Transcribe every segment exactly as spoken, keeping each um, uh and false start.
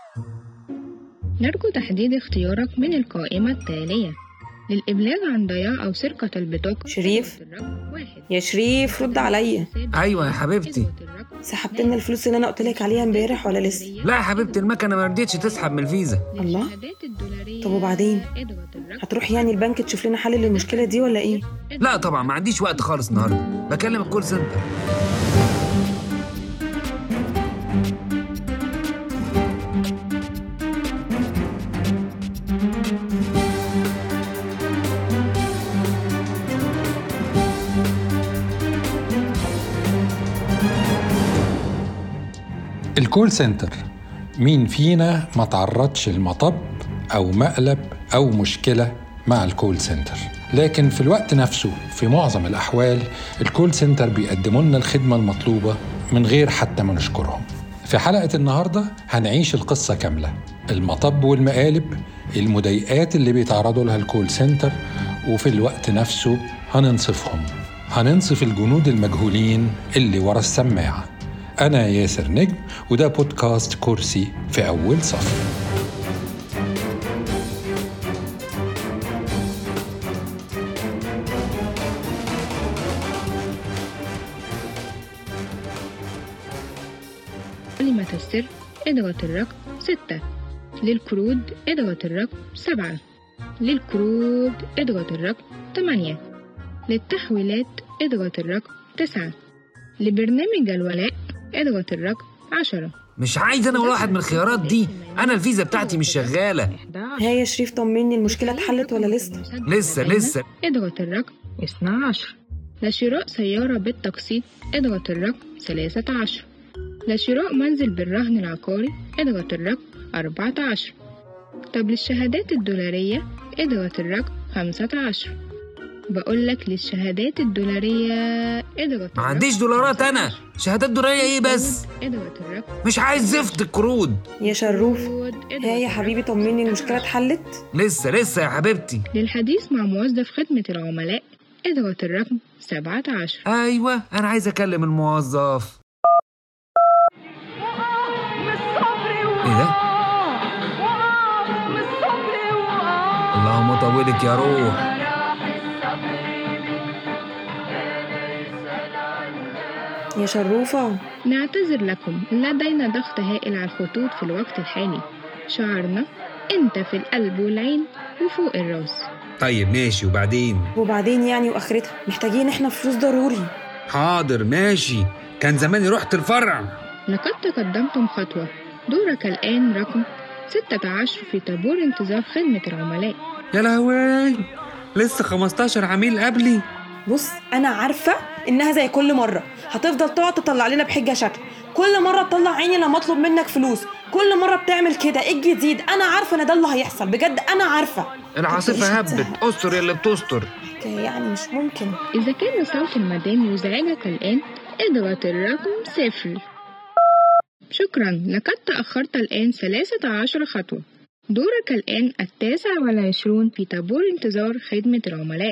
نرجو تحديد اختيارك من القائمة التالية. للإبلاغ عن ضياع أو سرقة البطاقة شريف، يا شريف رد عليا. ايوه يا حبيبتي. سحبت لنا الفلوس اللي انا قلت لك عليها امبارح ولا لسه؟ لا يا حبيبتي، المكنه ما رضيتش تسحب من الفيزا. الله، طب وبعدين هتروح يعني البنك تشوف لنا حل للمشكله دي ولا ايه؟ لا طبعا، ما عنديش وقت خالص النهارده، بكلم الكول سنتر. الكول سنتر، مين فينا ما تعرضش لمطب أو مقلب أو مشكلة مع الكول سنتر؟ لكن في الوقت نفسه في معظم الأحوال الكول سنتر بيقدموا لنا الخدمة المطلوبة من غير حتى ما نشكرهم. في حلقة النهاردة هنعيش القصة كاملة، المطب والمقالب، المضايقات اللي بيتعرضوا لها الكول سنتر، وفي الوقت نفسه هننصفهم، هننصف الجنود المجهولين اللي ورا السماعة. أنا ياسر نجم، وده بودكاست كرسي في أول صف. كلمة السر اضغط الرقم ستة. للكروت اضغط الرقم سبعة. للكروت اضغط الرقم ثمانية. للتحويلات اضغط الرقم تسعة. لبرنامج الولاء اضغط الرقم عشرة. مش عايز انا ولا واحد من الخيارات دي، انا الفيزا بتاعتي مش شغاله. ها يا شريف، طمني، المشكله اتحلت ولا لسه؟ لسه لسه. اضغط الرقم اثني عشر. لشراء سيارة بالتقسيط اضغط الرقم ثلاثة عشر. لشراء منزل بالرهن العقاري اضغط الرقم أربعة عشر. طب للشهادات الدولارية اضغط الرقم خمسة عشر. بقولك للشهادات الدولارية اضغط. ما عنديش دولارات انا، شهادات دولارية ايه بس؟ اضغط الرقم. مش عايز زفت القروض. يا شروف، ها يا حبيبي طمني، المشكلة اتحلت؟ لسه لسه يا حبيبتي. للحديث مع موظف خدمة العملاء اضغط الرقم سبعة عشر. ايوه انا عايز اكلم الموظف. ايه ده؟ اللهم طولك يا روح. يا شروفة، نعتذر لكم، لدينا ضغط هائل على الخطوط في الوقت الحالي. شعرنا انت في القلب والعين وفوق الراس. طيب ماشي، وبعدين؟ وبعدين يعني واخرتها محتاجين احنا فلوس ضروري. حاضر ماشي، كان زماني رحت الفرع. لقد تقدمتم خطوة، دورك الآن رقم ستة عشر في طابور انتظار خدمة العملاء. يا لهوي، لسه خمستاشر عميل قبلي. بص، أنا عارفة إنها زي كل مرة هتفضل تقعد تطلع لنا بحجة شكل، كل مرة تطلع عيني لما أطلب منك فلوس، كل مرة بتعمل كده. إيه الجديد؟ أنا عارفة إن ده اللي هيحصل بجد، أنا عارفة. العاصفة هبت، أستر يا اللي بتستر. يعني مش ممكن. إذا كان صوت المدام يزعجك الآن اضغط الرقم صفر. شكرا، لقد تأخرت الآن ثلاثة عشر خطوة. دورك الآن التاسع والعشرون في طابور انتظار خدمة العملاء.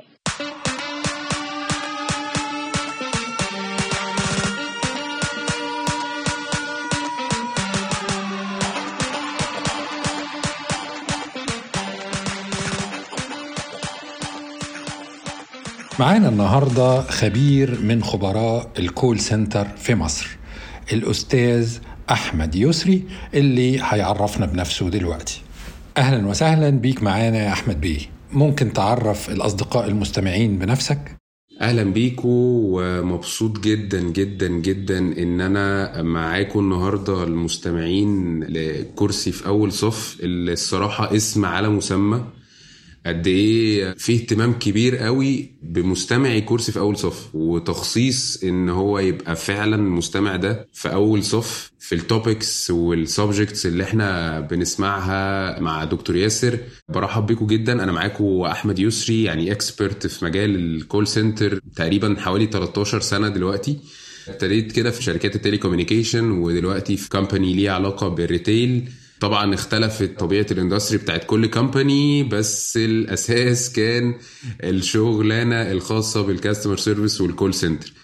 معانا النهاردة خبير من خبراء الكول سنتر في مصر، الأستاذ أحمد يسري، اللي هيعرفنا بنفسه دلوقتي. أهلا وسهلا بيك معانا يا أحمد بيه. ممكن تعرف الأصدقاء المستمعين بنفسك؟ أهلا بيكو، ومبسوط جدا جدا جدا إن أنا معاكم النهاردة المستمعين لكرسي في أول صف. الصراحة اسم على مسمى، قد ايه في اهتمام كبير قوي بمستمعي كرسي في اول صف، وتخصيص ان هو يبقى فعلا المستمع ده في اول صف في التوبكس والسبجكتس اللي احنا بنسمعها مع دكتور ياسر. برحب بيكم جدا. انا معاكم احمد يسري، يعني اكسبرت في مجال الكول سنتر تقريبا حوالي تلتاشر سنة دلوقتي. ابتديت كده في شركات التليكومينيكيشن، ودلوقتي في كامباني ليها علاقة بالريتيل. طبعا اختلفت طبيعة الاندستري بتاعت كل كامباني، بس الاساس كان الشغلانة الخاصة بالكاستمر سيرفيس والكول سنتر.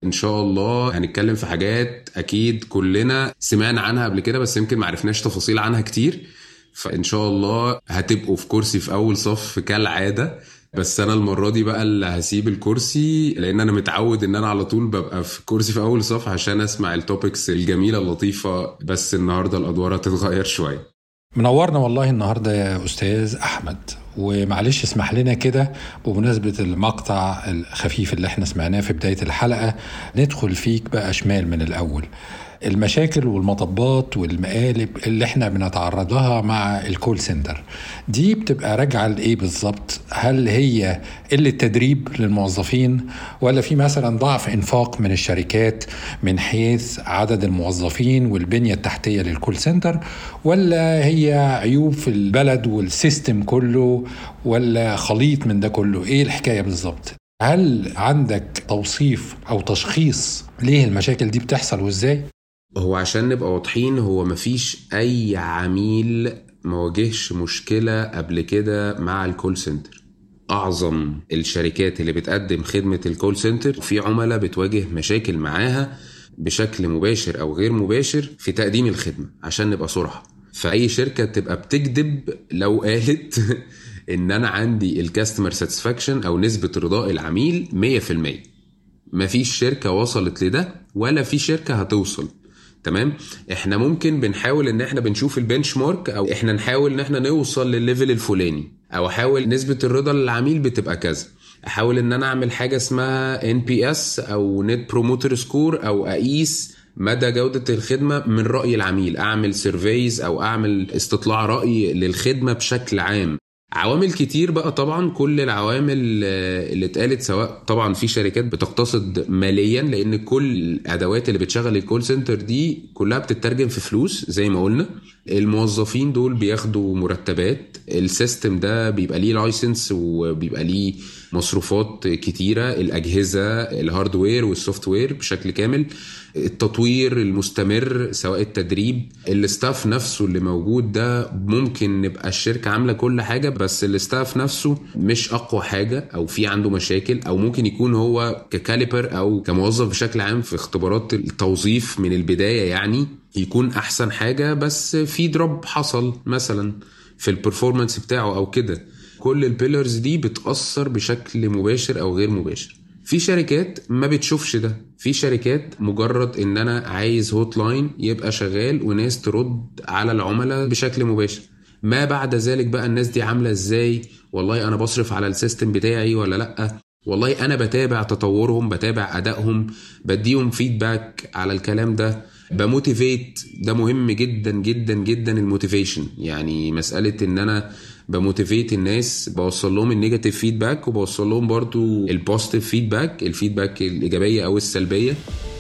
ان شاء الله هنتكلم في حاجات اكيد كلنا سمعنا عنها قبل كده بس يمكن معرفناش تفاصيل عنها كتير. فان شاء الله هتبقوا في كرسي في اول صف كالعادة. بس انا المرة دي بقى اللي هسيب الكرسي لان انا متعود ان انا على طول ببقى في كرسي في اول صف عشان اسمع التوبكس الجميلة اللطيفة. بس النهاردة الادوار هتتغير شوية. منورنا والله النهاردة يا أستاذ أحمد. ومعلش اسمح لنا كده بمناسبة المقطع الخفيف اللي احنا سمعناه في بداية الحلقة ندخل فيك بقى شمال من الأول. المشاكل والمطبات والمقالب اللي احنا بنتعرض لها مع الكول سنتر دي بتبقى راجعة لإيه بالظبط؟ هل هي قلة تدريب للموظفين ولا في مثلا ضعف إنفاق من الشركات من حيث عدد الموظفين والبنية التحتية للكول سنتر، ولا هي عيوب في البلد والسيستم كله، ولا خليط من ده كله؟ ايه الحكاية بالظبط؟ هل عندك توصيف أو تشخيص ليه المشاكل دي بتحصل وإزاي؟ هو عشان نبقى واضحين هو مفيش أي عميل مواجهش مشكلة قبل كده مع الكول سنتر. أعظم الشركات اللي بتقدم خدمة الكول سنتر في عملاء بتواجه مشاكل معاها بشكل مباشر أو غير مباشر في تقديم الخدمة. عشان نبقى صراحة، فأي شركة تبقى بتكذب لو قالت إن أنا عندي الكاستمر ساتسفاكشن أو نسبة رضاء العميل مية في المية. مفيش شركة وصلت لده ولا في شركة هتوصل. تمام. احنا ممكن بنحاول ان احنا بنشوف البنش مارك او احنا نحاول ان احنا نوصل للليفل الفلاني او احاول نسبة الرضا للعميل بتبقى كذا. احاول ان انا اعمل حاجة اسمها إن بي إس او Net Promoter Score او اقيس مدى جودة الخدمة من رأي العميل. اعمل سيرفيز او اعمل استطلاع رأي للخدمة بشكل عام. عوامل كتير بقى طبعا، كل العوامل اللي اتقالت، سواء طبعا في شركات بتقتصد ماليا لان كل الادوات اللي بتشغل الكول سنتر دي كلها بتترجم في فلوس زي ما قلنا. الموظفين دول بياخدوا مرتبات، السيستم ده بيبقى ليه لايسنس وبيبقى ليه مصروفات كتيرة، الأجهزة الهاردوير والسوفتوير بشكل كامل، التطوير المستمر سواء التدريب، الستاف نفسه اللي موجود ده. ممكن نبقى الشركة عاملة كل حاجة بس الستاف نفسه مش أقوى حاجة أو في عنده مشاكل، أو ممكن يكون هو ككاليبر أو كموظف بشكل عام في اختبارات التوظيف من البداية يعني يكون أحسن حاجة بس في دروب حصل مثلا في البرفورمانس بتاعه أو كده. كل البيلرز دي بتأثر بشكل مباشر أو غير مباشر. في شركات ما بتشوفش ده، في شركات مجرد ان انا عايز هوت لاين يبقى شغال وناس ترد على العملاء بشكل مباشر. ما بعد ذلك بقى الناس دي عاملة ازاي؟ والله انا بصرف على السيستم بتاعي ولا لأ؟ والله انا بتابع تطورهم، بتابع ادائهم، بديهم فيدباك على الكلام ده، بموتيفيت. ده مهم جدا جدا جدا الموتيفيشن. يعني مسألة ان انا بموتيفيت الناس، بوصل لهم النيجاتيف فيدباك وبوصل لهم برضو البوزيتيف فيدباك، الفيدباك الإيجابية أو السلبية.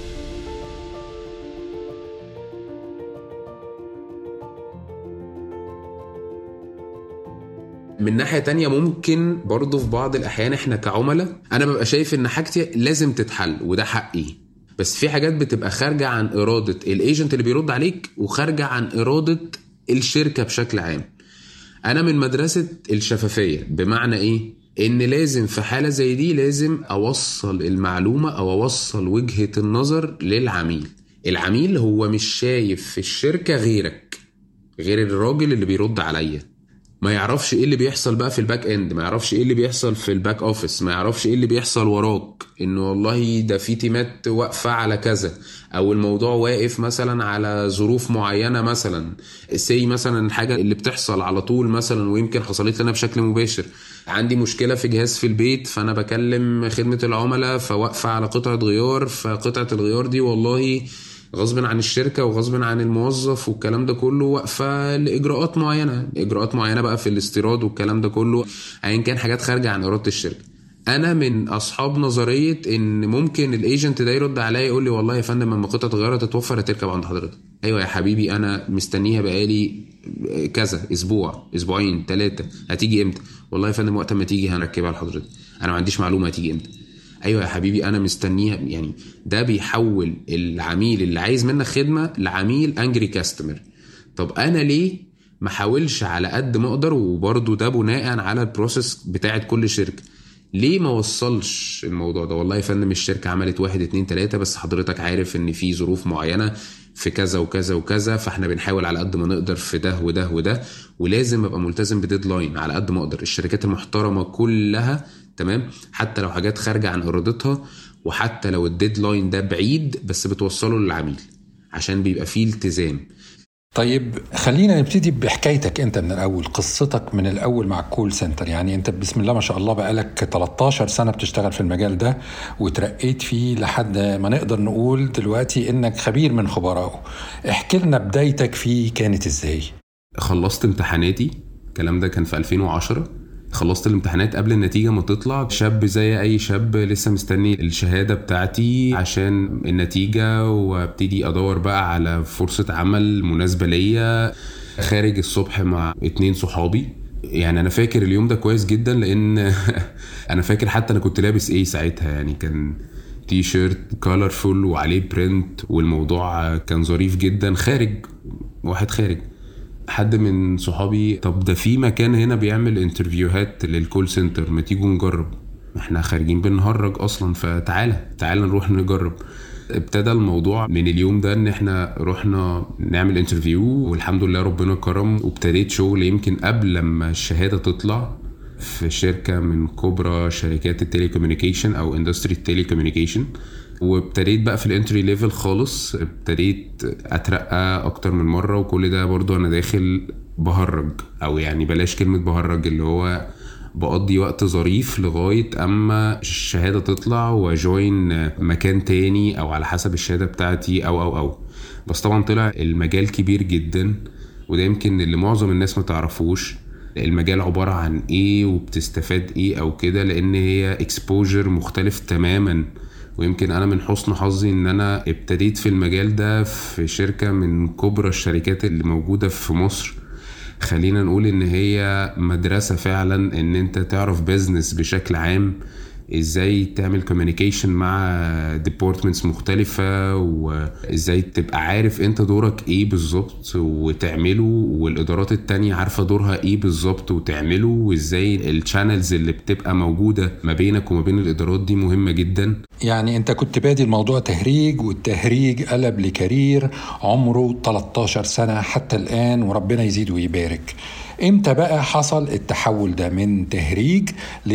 من ناحية تانية ممكن برضو في بعض الأحيان احنا كعملاء أنا ببقى شايف إن حاجتي لازم تتحل وده حقي، بس في حاجات بتبقى خارجة عن إرادة الايجنت اللي بيرد عليك وخارجة عن إرادة الشركة بشكل عام. أنا من مدرسة الشفافية، بمعنى إيه؟ إن لازم في حالة زي دي لازم أوصل المعلومة أو أوصل وجهة النظر للعميل. العميل هو مش شايف في الشركة غيرك، غير الراجل اللي بيرد عليا. ما يعرفش إيه اللي بيحصل بقى في الباك إند، ما يعرفش إيه اللي بيحصل في الباك أوفيس، ما يعرفش إيه اللي بيحصل وراك، إنه والله ده في تيمات واقفة على كذا، أو الموضوع واقف مثلا على ظروف معينة، مثلا سي مثلا الحاجة اللي بتحصل على طول مثلا ويمكن حصلت لنا بشكل مباشر. عندي مشكلة في جهاز في البيت فأنا بكلم خدمة العملاء فواقفة على قطعة غيار، فقطعة الغيار دي والله غصب عن الشركة وغصب عن الموظف والكلام ده كله واقفة لإجراءات معينة، إجراءات معينة بقى في الاستيراد والكلام ده كله، أيا كان حاجات خارجة عن إرادة الشركة. أنا من أصحاب نظرية إن ممكن الإيجنت ده يرد عليا يقول لي والله يا فندم لما قطعة غيار تتوفر هتركب عند حضرتك. أيوة يا حبيبي أنا مستنيها بقالي كذا أسبوع أسبوعين ثلاثة، هتيجي إمتى؟ والله يا فندم وقت ما تيجي هنركبها لحضرتك، أنا ما عنديش معلومة هتيجي إمتى. ايوه يا حبيبي انا مستنيها. يعني ده بيحول العميل اللي عايز منك خدمه لعميل انجري كاستمر. طب انا ليه ما حاولش على قد ما اقدر، وبرضو ده بناء على البروسيس بتاعت كل شركه، ليه ما وصلش الموضوع ده؟ والله يا فندم الشركة عملت واحد اتنين تلاتة، بس حضرتك عارف ان في ظروف معينة في كذا وكذا وكذا، فاحنا بنحاول على قد ما نقدر في ده وده وده، ولازم ابقى ملتزم بديدلاين على قد ما اقدر. الشركات المحترمة كلها تمام، حتى لو حاجات خارجة عن ارادتها، وحتى لو الديدلاين ده بعيد، بس بتوصله للعميل عشان بيبقى فيه التزام. طيب خلينا نبتدي بحكايتك انت من الاول، قصتك من الاول مع الكول سنتر. يعني انت بسم الله ما شاء الله بقالك تلتاشر سنة بتشتغل في المجال ده، وترقيت فيه لحد ما نقدر نقول دلوقتي انك خبير من خبرائه. احكي لنا بدايتك فيه كانت ازاي؟ خلصت امتحاناتي، الكلام ده كان في ألفين وعشرة. خلصت الامتحانات قبل النتيجة ما تطلع، شاب زي أي شاب لسه مستني الشهادة بتاعتي عشان النتيجة، وابتدي أدور بقى على فرصة عمل مناسبة ليا. خارج الصبح مع اتنين صحابي، يعني أنا فاكر اليوم ده كويس جدا، لأن أنا فاكر حتى أنا كنت لابس إيه ساعتها، يعني كان تي شيرت كولرفول وعليه برنت، والموضوع كان ظريف جدا. خارج واحد خارج حد من صحابي، طب ده في مكان هنا بيعمل انترفيوهات للكول سنتر، ما تيجوا نجرب، احنا خارجين بنهرج اصلا، فتعالى تعالى نروح نجرب. ابتدى الموضوع من اليوم ده ان احنا رحنا نعمل انترفيو، والحمد لله ربنا كرم، وابتديت شغل يمكن قبل لما الشهادة تطلع في شركة من كبرى شركات التليكوميونيكيشن او اندستري التليكوميونيكيشن. وابتديت بقى في الانتري ليفل خالص، ابتديت اترقى اكتر من مرة، وكل ده برضو انا داخل بهرج، او يعني بلاش كلمة بهرج، اللي هو بقضي وقت ظريف لغاية اما الشهادة تطلع وجوين مكان تاني، او على حسب الشهادة بتاعتي او او او بس طبعا طلع المجال كبير جدا، وده يمكن اللي معظم الناس ما تعرفوش المجال عبارة عن ايه وبتستفاد ايه او كده، لان هي اكسبوجر مختلف تماما. ويمكن انا من حسن حظي ان انا ابتديت في المجال ده في شركة من كبرى الشركات اللي موجودة في مصر. خلينا نقول ان هي مدرسة فعلا، ان انت تعرف بيزنس بشكل عام، ازاي تعمل كوميونيكيشن مع ديبارتمنتس مختلفة، وازاي تبقى عارف انت دورك ايه بالظبط وتعمله، والادارات التانية عارفة دورها ايه بالظبط وتعمله، وازاي الشانلز اللي بتبقى موجودة ما بينك وما بين الادارات دي مهمة جدا. يعني انت كنت بادي الموضوع تهريج، والتهريج قلب لكارير عمره تلتاشر سنة حتى الآن، وربنا يزيد ويبارك. امتى بقى حصل التحول ده من تهريج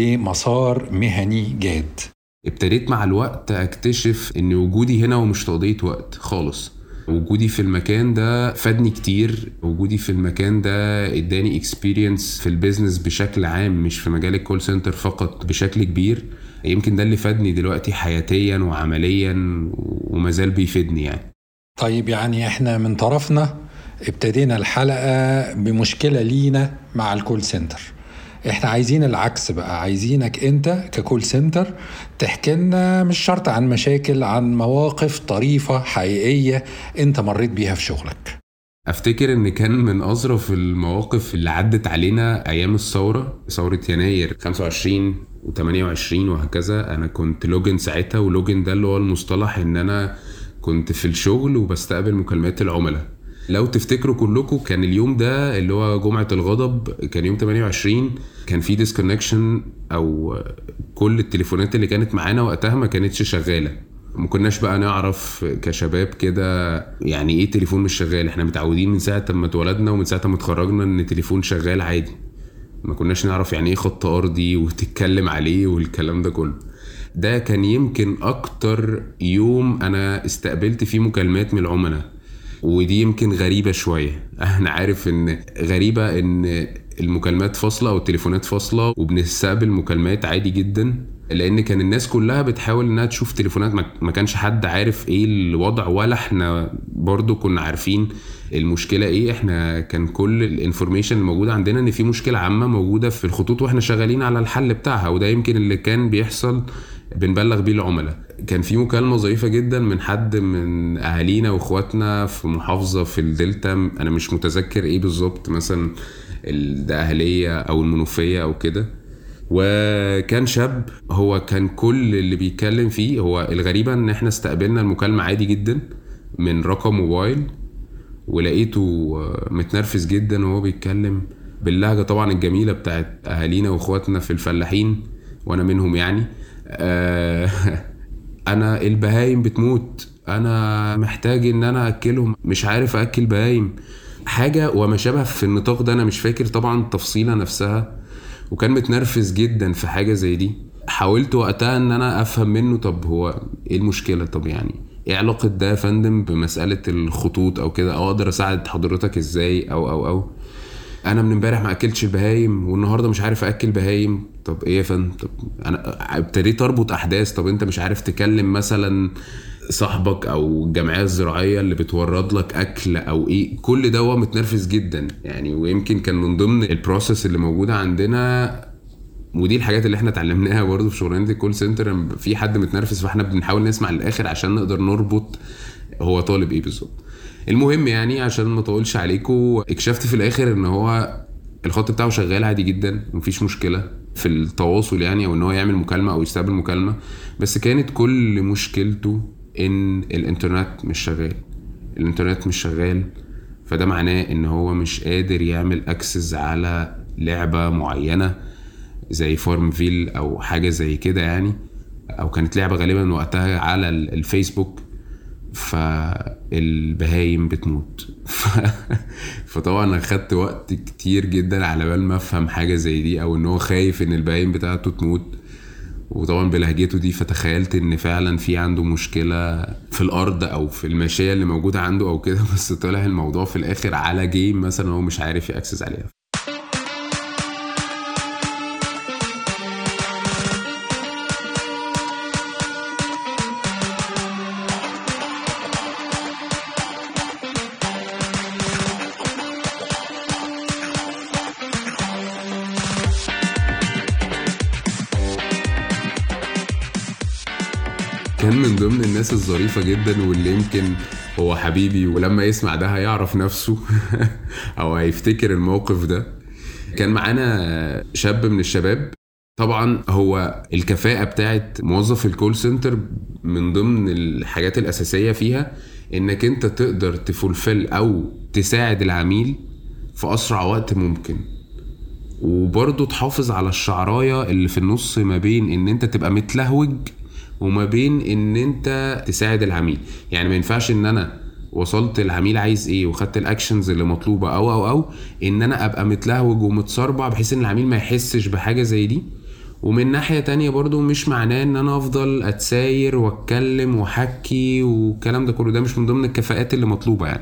لمسار مهني جاد؟ ابتديت مع الوقت اكتشف ان وجودي هنا ومش تقضية وقت خالص. وجودي في المكان ده فادني كتير، وجودي في المكان ده اداني اكسبيرينس في البيزنس بشكل عام، مش في مجال الكول سنتر فقط، بشكل كبير. يمكن ده اللي فادني دلوقتي حياتيا وعمليا، ومازال بيفيدني يعني. طيب يعني احنا من طرفنا ابتدينا الحلقة بمشكلة لينا مع الكول سنتر. احنا عايزين العكس بقى، عايزينك انت ككول سنتر تحكي لنا مش شرط عن مشاكل، عن مواقف طريفة حقيقية انت مريت بيها في شغلك. افتكر ان كان من اظرف المواقف اللي عدت علينا ايام الثورة، ثورة يناير خمسة وعشرين وثمانية وعشرين وهكذا. انا كنت لوجن ساعتها، ولوجن ده اللي هو المصطلح ان انا كنت في الشغل وبستقبل مكالمات العملاء. لو تفتكروا كلكم كان اليوم ده اللي هو جمعة الغضب، كان يوم ثمانية وعشرين، كان في ديسكونكشن، او كل التليفونات اللي كانت معانا وقتها ما كانتش شغالة. ما كناش بقى نعرف كشباب كده يعني ايه تليفون مش شغال. احنا متعودين من ساعة ما اتولدنا ومن ساعة ما اتخرجنا ان تليفون شغال عادي، ما كناش نعرف يعني ايه خط ارضي وتتكلم عليه والكلام ده كله. ده كان يمكن اكتر يوم انا استقبلت فيه مكالمات من العملاء، ودي يمكن غريبة شوية. انا عارف ان غريبة ان المكالمات فاصلة او التليفونات فاصلة، وبنستقبل مكالمات عادي جدا، لان كان الناس كلها بتحاول انها تشوف تليفونات. ما كانش حد عارف ايه الوضع، ولا احنا برضو كنا عارفين المشكلة ايه. احنا كان كل الانفورميشن الموجودة عندنا ان في مشكلة عامة موجودة في الخطوط، واحنا شغالين على الحل بتاعها، وده يمكن اللي كان بيحصل بنبلغ بيه العملاء. كان في مكالمة ظريفة جدا من حد من اهالينا واخواتنا في محافظة في الدلتا، انا مش متذكر ايه بالظبط، مثلا الدقهلية او المنوفية او كده. وكان شاب، هو كان كل اللي بيتكلم فيه هو الغريبة ان احنا استقبلنا المكالمة عادي جدا من رقم موبايل، ولقيته متنرفز جدا وهو بيتكلم باللهجة طبعا الجميلة بتاعت اهالينا واخواتنا في الفلاحين، وانا منهم يعني. آه انا البهايم بتموت، انا محتاج ان انا اكلهم، مش عارف اكل بهايم، حاجه وما شابه في النطاق ده. انا مش فاكر طبعا التفصيله نفسها، وكان متنرفز جدا في حاجه زي دي. حاولت وقتها ان انا افهم منه طب هو ايه المشكله، طب يعني ايه علاقه ده يا فندم بمساله الخطوط او كده، او اقدر اساعد حضرتك ازاي، او او او انا من امبارح ما اكلتش البهايم والنهارده مش عارف اكل بهايم. طب ايه يا فندم، طب انا ابتديت اربط احداث. طب انت مش عارف تكلم مثلا صاحبك او الجمعيه الزراعيه اللي بتورد لك اكل او ايه؟ كل ده هو متنرفز جدا يعني. ويمكن كان من ضمن البروسيس اللي موجوده عندنا، ودي الحاجات اللي احنا اتعلمناها برضه في شغلانه الكول سنتر، في حد متنرفز فاحنا بنحاول نسمع للاخر عشان نقدر نربط هو طالب ايه بالظبط. المهم يعني عشان ما اطولش عليكم، اكتشفت في الاخر ان هو الخط بتاعه شغال عادي جدا، مفيش مشكله في التواصل يعني، او ان هو يعمل مكالمه او يستقبل مكالمه. بس كانت كل مشكلته ان الانترنت مش شغال. الانترنت مش شغال، فده معناه ان هو مش قادر يعمل اكسس على لعبه معينه زي فارمفيل او حاجه زي كده يعني، او كانت لعبه غالبا وقتها على الفيسبوك. فالبهايم بتموت. فطبعا اخدت وقت كتير جدا على بال ما افهم حاجه زي دي، او ان هو خايف ان البهايم بتاعته تموت، وطبعا بلهجته دي فتخيلت ان فعلا في عنده مشكله في الارض او في الماشيه اللي موجوده عنده او كده. بس طلع الموضوع في الاخر على جيم مثلا هو مش عارف يأكسس عليها. كان من ضمن الناس الظريفة جدا، واللي يمكن هو حبيبي، ولما يسمع ده هيعرف نفسه او هيفتكر الموقف ده. كان معانا شاب من الشباب. طبعا هو الكفاءة بتاعت موظف الكول سنتر من ضمن الحاجات الأساسية فيها انك انت تقدر تفولفل او تساعد العميل في أسرع وقت ممكن، وبرضو تحافظ على الشعراية اللي في النص ما بين ان انت تبقى متلهوج وما بين ان انت تساعد العميل. يعني ما ينفعش ان انا وصلت العميل عايز ايه وخدت الاكشنز اللي مطلوبة او او او ان انا ابقى متلهوج ومتصربع بحيث ان العميل ما يحسش بحاجة زي دي. ومن ناحية تانية برضو مش معناه ان انا افضل اتساير واتكلم وحكي والكلام ده كله، ده مش من ضمن الكفاءات اللي مطلوبة يعني.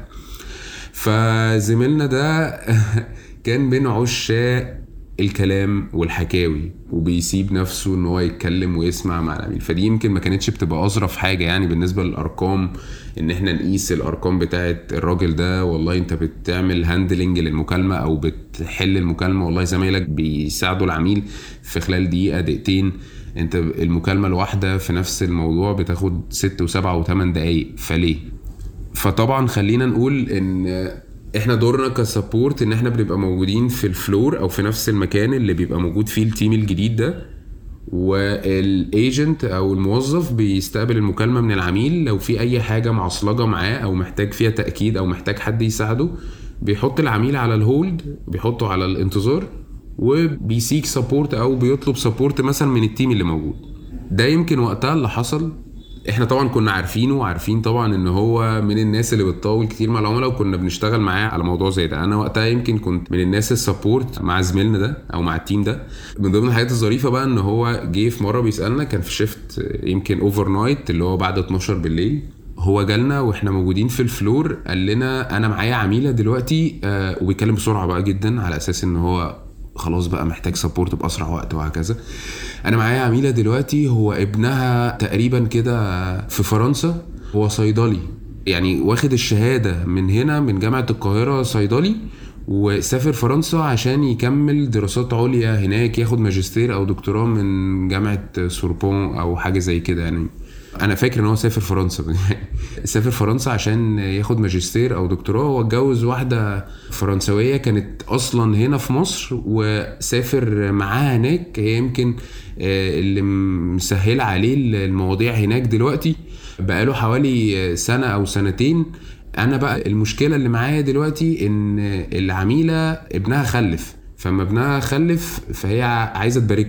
فزميلنا ده كان بين عشاق الكلام والحكاوي، وبيسيب نفسه ان هو يتكلم ويسمع مع العميل. فدي يمكن ما كانتش بتبقى اظرف حاجه يعني بالنسبه للارقام، ان احنا نقيس الارقام بتاعه الراجل ده. والله انت بتعمل هاندلنج للمكالمه او بتحل المكالمه، والله زمايلك بيساعدوا العميل في خلال دقيقه دقيقتين. انت المكالمه الواحده في نفس الموضوع بتاخد ست وسبعة وثمان دقايق، فليه؟ فطبعا خلينا نقول ان احنا دورنا كسابورت ان احنا بنبقى موجودين في الفلور او في نفس المكان اللي بيبقى موجود فيه التيم الجديد ده، والايجنت او الموظف بيستقبل المكالمة من العميل. لو في اي حاجة معصلجة معاه او محتاج فيها تأكيد او محتاج حد يساعده، بيحط العميل على الهولد، بيحطه على الانتظار، وبيسيك سابورت او بيطلب سابورت مثلا من التيم اللي موجود ده. يمكن وقتها اللي حصل احنا طبعا كنا عارفينه وعارفين طبعا ان هو من الناس اللي بتطول كتير مع العملاء، وكنا بنشتغل معاه على موضوع زي ده. انا وقتها يمكن كنت من الناس السبورت مع زميلنا ده او مع التيم ده. من ضمن الحاجات الظريفة بقى ان هو جه في مرة بيسألنا، كان في شيفت يمكن اوفر نايت اللي هو بعد اتناشر بالليل. هو جالنا واحنا موجودين في الفلور، قال لنا انا معايا عميلة دلوقتي آه وبيتكلم بسرعة بقى جدا على اساس ان هو خلاص بقى محتاج سبورت بأسرع وقت وهكذا. انا معايا عميلة دلوقتي هو ابنها تقريبا كده في فرنسا، هو صيدلي يعني واخد الشهادة من هنا من جامعة القاهرة صيدلي، وسافر فرنسا عشان يكمل دراسات عليا هناك، ياخد ماجستير او دكتوراه من جامعة سوربون او حاجة زي كده يعني. انا فاكر ان هو سافر فرنسا سافر فرنسا عشان ياخد ماجستير او دكتوراه. هو اتجوز واحده فرنسويه كانت اصلا هنا في مصر، وسافر معاها هناك. هي يمكن اللي مسهل عليه المواضيع هناك دلوقتي، بقاله حوالي سنه او سنتين. انا بقى المشكله اللي معايا دلوقتي ان العميله ابنها خلف، فما ابنها خلف فهي عايزه تبارك له،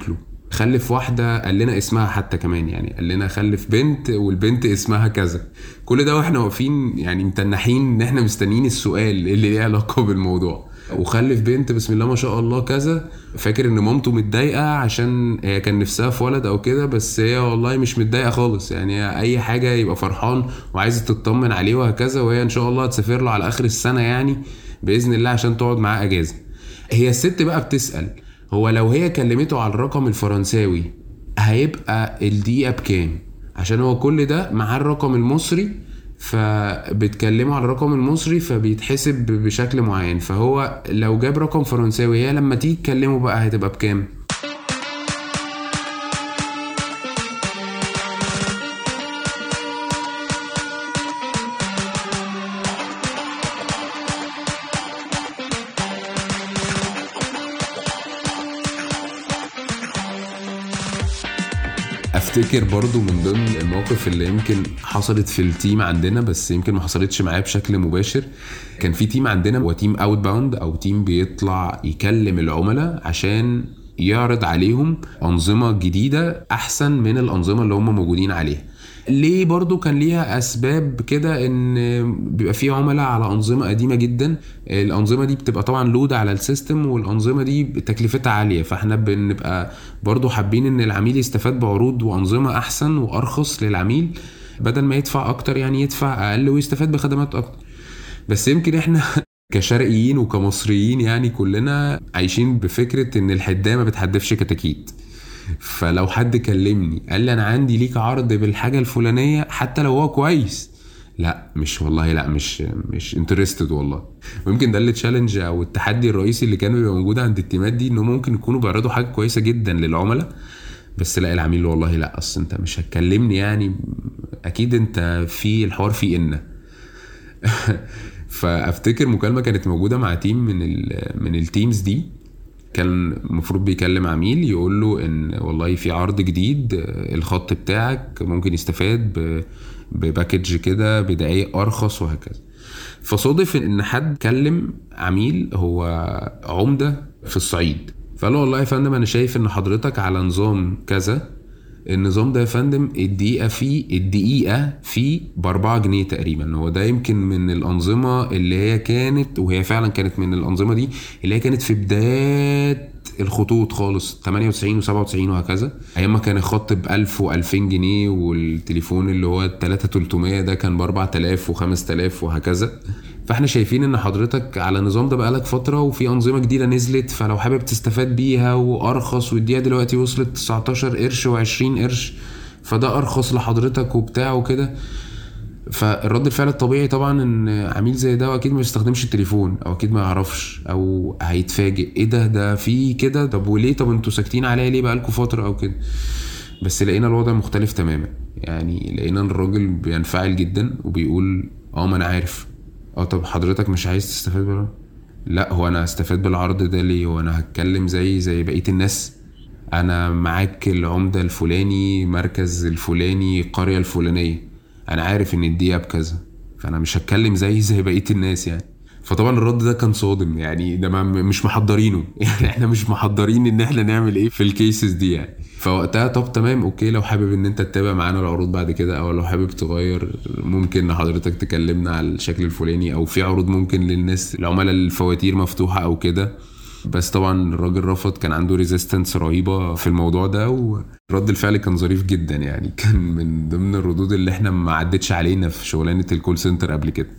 خلف واحدة قال لنا اسمها حتى كمان، يعني قال لنا خلف بنت والبنت اسمها كذا. كل ده واحنا واقفين يعني متنحين ان احنا مستنيين السؤال اللي ليه علاقة بالموضوع. وخلف بنت بسم الله ما شاء الله كذا، فاكر ان مامته متضايقة عشان هي كان نفسها في ولد او كده، بس هي والله مش متضايقة خالص، يعني اي حاجة يبقى فرحان وعايزة تطمن عليه وهكذا. وهي ان شاء الله هتسافر له على اخر السنة يعني بإذن الله عشان تقعد معاه اجازة. هي الست بقى بتسأل هو لو هي كلمته على الرقم الفرنساوي هيبقى الدقيقة بكام، عشان هو كل ده مع الرقم المصري، فبتكلمه على الرقم المصري فبيتحسب بشكل معين. فهو لو جاب رقم فرنساوي هي لما تيجي تكلمه بقى هتبقى بكام؟ افتكر برضو من ضمن المواقف اللي يمكن حصلت في التيم عندنا بس يمكن ما حصلتش معايا بشكل مباشر. كان في تيم عندنا هو تيم اوت باوند او تيم بيطلع يكلم العملاء عشان يعرض عليهم انظمة جديدة احسن من الانظمة اللي هم موجودين عليها. ليه؟ برضو كان ليها اسباب كده، ان بيبقى فيه عملاء على انظمه قديمه جدا، الانظمه دي بتبقى طبعا لود على السيستم والانظمه دي تكلفتها عاليه، فاحنا بنبقى برضو حابين ان العميل يستفاد بعروض وانظمه احسن وارخص للعميل، بدل ما يدفع اكتر يعني يدفع اقل ويستفاد بخدمات اكتر. بس يمكن احنا كشرقيين وكمصريين يعني كلنا عايشين بفكره ان الحدايه ما بتحدفش كتاكيت. فلو حد كلمني قال لي انا عندي ليك عرض بالحاجه الفلانيه حتى لو هو كويس، لا مش والله لا مش مش انترستد والله. ويمكن ده اللي تشالنج او التحدي الرئيسي اللي كان بيبقى موجود عند التيمات دي، انه ممكن يكونوا بيعرضوا حاجه كويسه جدا للعملاء بس لا العميل والله لا اصل انت مش هتكلمني يعني اكيد انت في الحوار فيه ان فافتكر مكالمه كانت موجوده مع تيم من من التيمز دي، كان المفروض بيكلم عميل يقول له ان والله في عرض جديد الخط بتاعك ممكن يستفاد بباكج كده بدقايق ارخص وهكذا. فصادف ان حد كلم عميل هو عمدة في الصعيد، فقال له والله يا فندم انا شايف ان حضرتك على نظام كذا، النظام ده يا فندم الدقيقة فيه الدقيقة فيه باربعة جنيه تقريبا. هو ده يمكن من الأنظمة اللي هي كانت وهي فعلا كانت من الأنظمة دي اللي هي كانت في بداية الخطوط خالص ثمانية وتسعين وسبعة وتسعين وهكذا، ايام ما كان الخط بألف وألفين جنيه والتليفون اللي هو تلاتة تلتمية ده كان بأربعة آلاف وخمسة آلاف وهكذا. فاحنا شايفين ان حضرتك على النظام ده بقالك فترة وفي انظمة جديدة نزلت، فلو حابب تستفاد بيها وارخص، والدقيقة دلوقتي وصلت تسعتاشر قرش وعشرين قرش، فده ارخص لحضرتك وبتاع وكده. فالرد الفعل الطبيعي طبعا ان عميل زي ده اكيد ما يستخدمش التليفون او اكيد ما يعرفش او هيتفاجئ ايه ده ده في كده، طب وليه، طب انتوا ساكتين عليا ليه بقالكم فترة او كده. بس لقينا الوضع مختلف تماما، يعني لقينا الراجل بينفعل جدا وبيقول اه ما انا عارف. اه طب حضرتك مش عايز تستفاد بالعرض؟ لا هو انا هستفاد بالعرض ده ليه وانا هتكلم زي زي بقية الناس؟ انا معاك العمدة الفلاني مركز الفلاني قرية الفلانية، انا عارف ان الدقيقة بكذا، فانا مش هتكلم زي زي بقية الناس يعني. فطبعا الرد ده كان صادم، يعني ده مش محضرينه يعني احنا مش محضرين ان احنا نعمل ايه في الكيسز دي يعني. فوقتها طب تمام اوكي، لو حابب ان انت تتابع معانا العروض بعد كده او لو حابب تغير ممكن حضرتك تكلمنا على الشكل الفلاني، او في عروض ممكن للناس العملاء الفواتير مفتوحة او كده. بس طبعا الراجل رفض، كان عنده ريزيستنس رهيبة في الموضوع ده، ورد الفعل كان ظريف جدا يعني. كان من ضمن الردود اللي احنا ما عدتش علينا في شغلانة الكول سنتر قبل كده.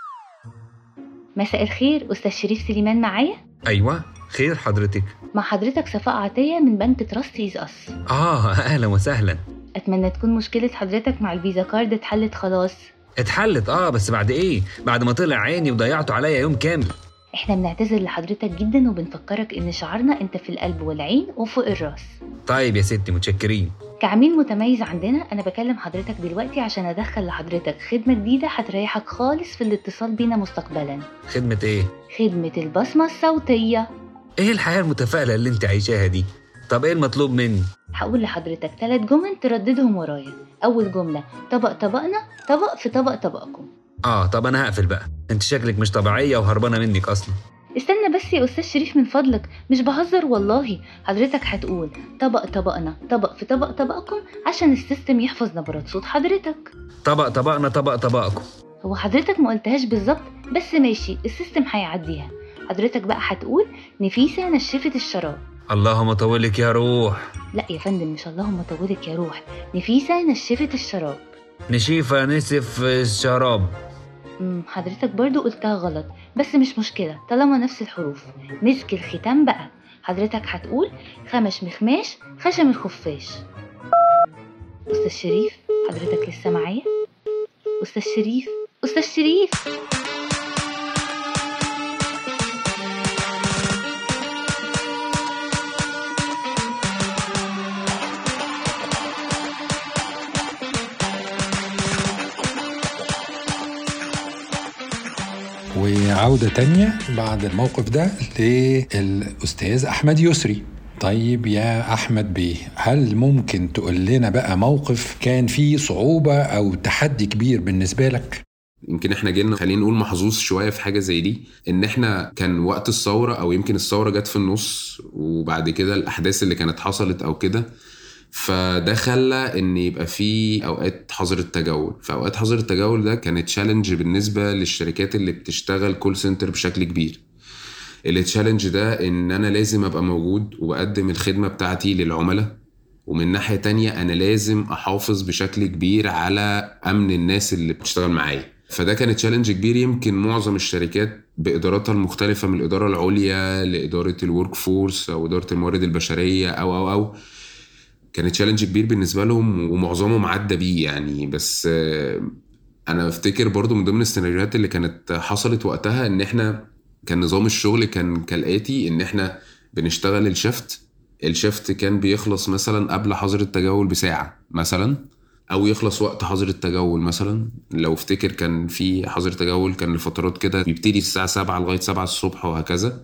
مساء الخير، أستاذ شريف سليمان معايا؟ أيوة خير حضرتك. مع حضرتك صفاء عطية من بنك تراستيز أس. آه أهلا وسهلا. أتمنى تكون مشكلة حضرتك مع الفيزا كارد اتحلت خلاص. اتحلت آه بس بعد إيه؟ بعد ما طلع عيني وضيعته عليا يوم كامل. احنا بنعتذر لحضرتك جدا وبنفكرك ان شعارنا انت في القلب والعين وفوق الراس. طيب يا ستي متشكرين. كعميل متميز عندنا انا بكلم حضرتك دلوقتي عشان ادخل لحضرتك خدمة جديدة هتريحك خالص في الاتصال بينا مستقبلا. خدمة ايه؟ خدمة البصمة الصوتية. ايه الحياة المتفائلة اللي انت عايشاها دي؟ طب ايه المطلوب مني؟ هقول لحضرتك ثلاث جمل ترددهم ورايا. اول جملة طبق طبقنا، طبق في طبق طبقكم. اه طب انا هقفل بقى، انت شكلك مش طبيعية وهربانة منك اصلا. استنى بس يا أستاذ شريف من فضلك، مش بهزر والله. حضرتك هتقول طبق طبقنا، طبق في طبق طبقكم، عشان السيستم يحفظ نبرات صوت حضرتك. طبق طبقنا طبق طبقكم. هو حضرتك ما قلتهاش بالظبط، بس ماشي، السيستم هيعديها. حضرتك بقى هتقول نفيسة نشفت الشراب. اللهم طولك يا روح. لا يا فندم، مش اللهم طولك يا روح، نفيسة نشفت الشراب. نشيفة نسف الشراب. امم حضرتك برضو قلتها غلط، بس مش مشكلة طالما نفس الحروف. مسك الختام بقى. حضرتك هتقول خمش مخماش خشم الخفاش. أستاذ شريف حضرتك لسه معايا؟ أستاذ شريف أستاذ شريف وعودة تانية بعد الموقف ده للأستاذ أحمد يسري. طيب يا أحمد بيه، هل ممكن تقول لنا بقى موقف كان فيه صعوبة أو تحدي كبير بالنسبة لك؟ يمكن احنا جينا خلينا نقول محظوظ شوية في حاجة زي دي، ان احنا كان وقت الثورة، او يمكن الثورة جت في النص وبعد كده الأحداث اللي كانت حصلت أو كده، فده خلى ان يبقى في اوقات حظر التجول. فاوقات حظر التجول ده كانت تشالنج بالنسبه للشركات اللي بتشتغل كول سنتر بشكل كبير. التشالنج ده ان انا لازم ابقى موجود وبقدم الخدمه بتاعتي للعملاء، ومن ناحيه تانية انا لازم احافظ بشكل كبير على امن الناس اللي بتشتغل معايا. فده كان تشالنج كبير. يمكن معظم الشركات بإداراتها المختلفة، من الإدارة العليا لإدارة الورك فورس أو إدارة الموارد البشرية أو أو أو كانت تشالنج كبير بالنسبة لهم، ومعظمهم عدى بيه يعني. بس أنا أفتكر برضو من ضمن السيناريوهات اللي كانت حصلت وقتها إن إحنا كان نظام الشغل كان كالآتي، إن إحنا بنشتغل الشفت الشفت كان بيخلص مثلا قبل حظر التجول بساعة مثلا، أو يخلص وقت حظر التجول مثلا. لو افتكر كان في حظر تجول كان لفترات كده بيبتدي الساعة سبعة لغاية سبعة الصبح وهكذا.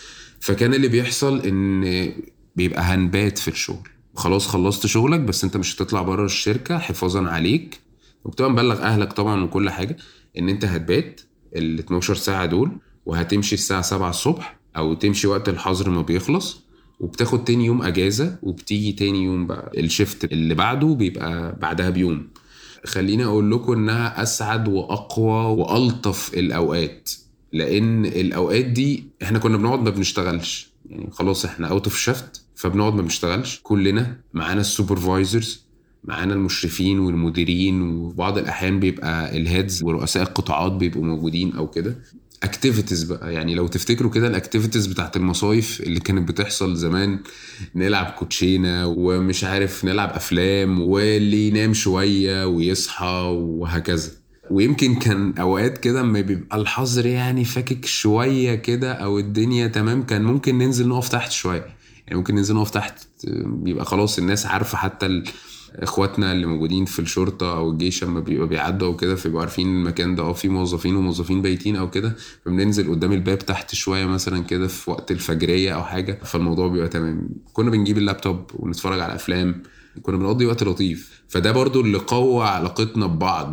فكان اللي بيحصل إن بيبقى هنبات في الشغل، خلاص خلصت شغلك بس انت مش هتطلع بره الشركة حفاظا عليك، وبتبقى مبلغ اهلك طبعا وكل حاجة ان انت هتبات ال اتناشر ساعة دول، وهتمشي الساعة سبعة الصبح او تمشي وقت الحظر ما بيخلص، وبتاخد تاني يوم اجازة، وبتيجي تاني يوم بقى الشفت اللي بعده بيبقى بعدها بيوم. خليني اقول لكم انها اسعد واقوى والطف الاوقات، لان الاوقات دي احنا كنا بنقعد ما بنشتغلش، يعني خلاص احنا اوت اوف شفت فبنقعد ما بنشتغلش كلنا، معانا السوبرفايزرز، معانا المشرفين والمديرين، وبعض الاحيان بيبقى الهيدز ورؤساء القطاعات بيبقوا موجودين او كده. اكتيفيتيز بقى، يعني لو تفتكروا كده الاكتيفيتيز بتاعت المصايف اللي كانت بتحصل زمان، نلعب كوتشينه ومش عارف نلعب افلام، واللي ينام شويه ويصحى وهكذا. ويمكن كان اوقات كده اما بيبقى الحظر يعني فاكك شويه كده او الدنيا تمام، كان ممكن ننزل نقف تحت شويه، يعني ممكن ننزل نقف تحت، بيبقى خلاص الناس عارفه، حتى اخواتنا اللي موجودين في الشرطه او الجيش اما بيبقى بيعدوا او كده فبيبقوا عارفين المكان ده اه فيه موظفين وموظفين بايتين او كده، فبننزل قدام الباب تحت شويه مثلا كده في وقت الفجريه او حاجه، فالموضوع بيبقى تمام. كنا بنجيب اللابتوب ونتفرج على افلام، كنا بنقضي وقت لطيف. فده برضو اللي قوى علاقتنا ببعض،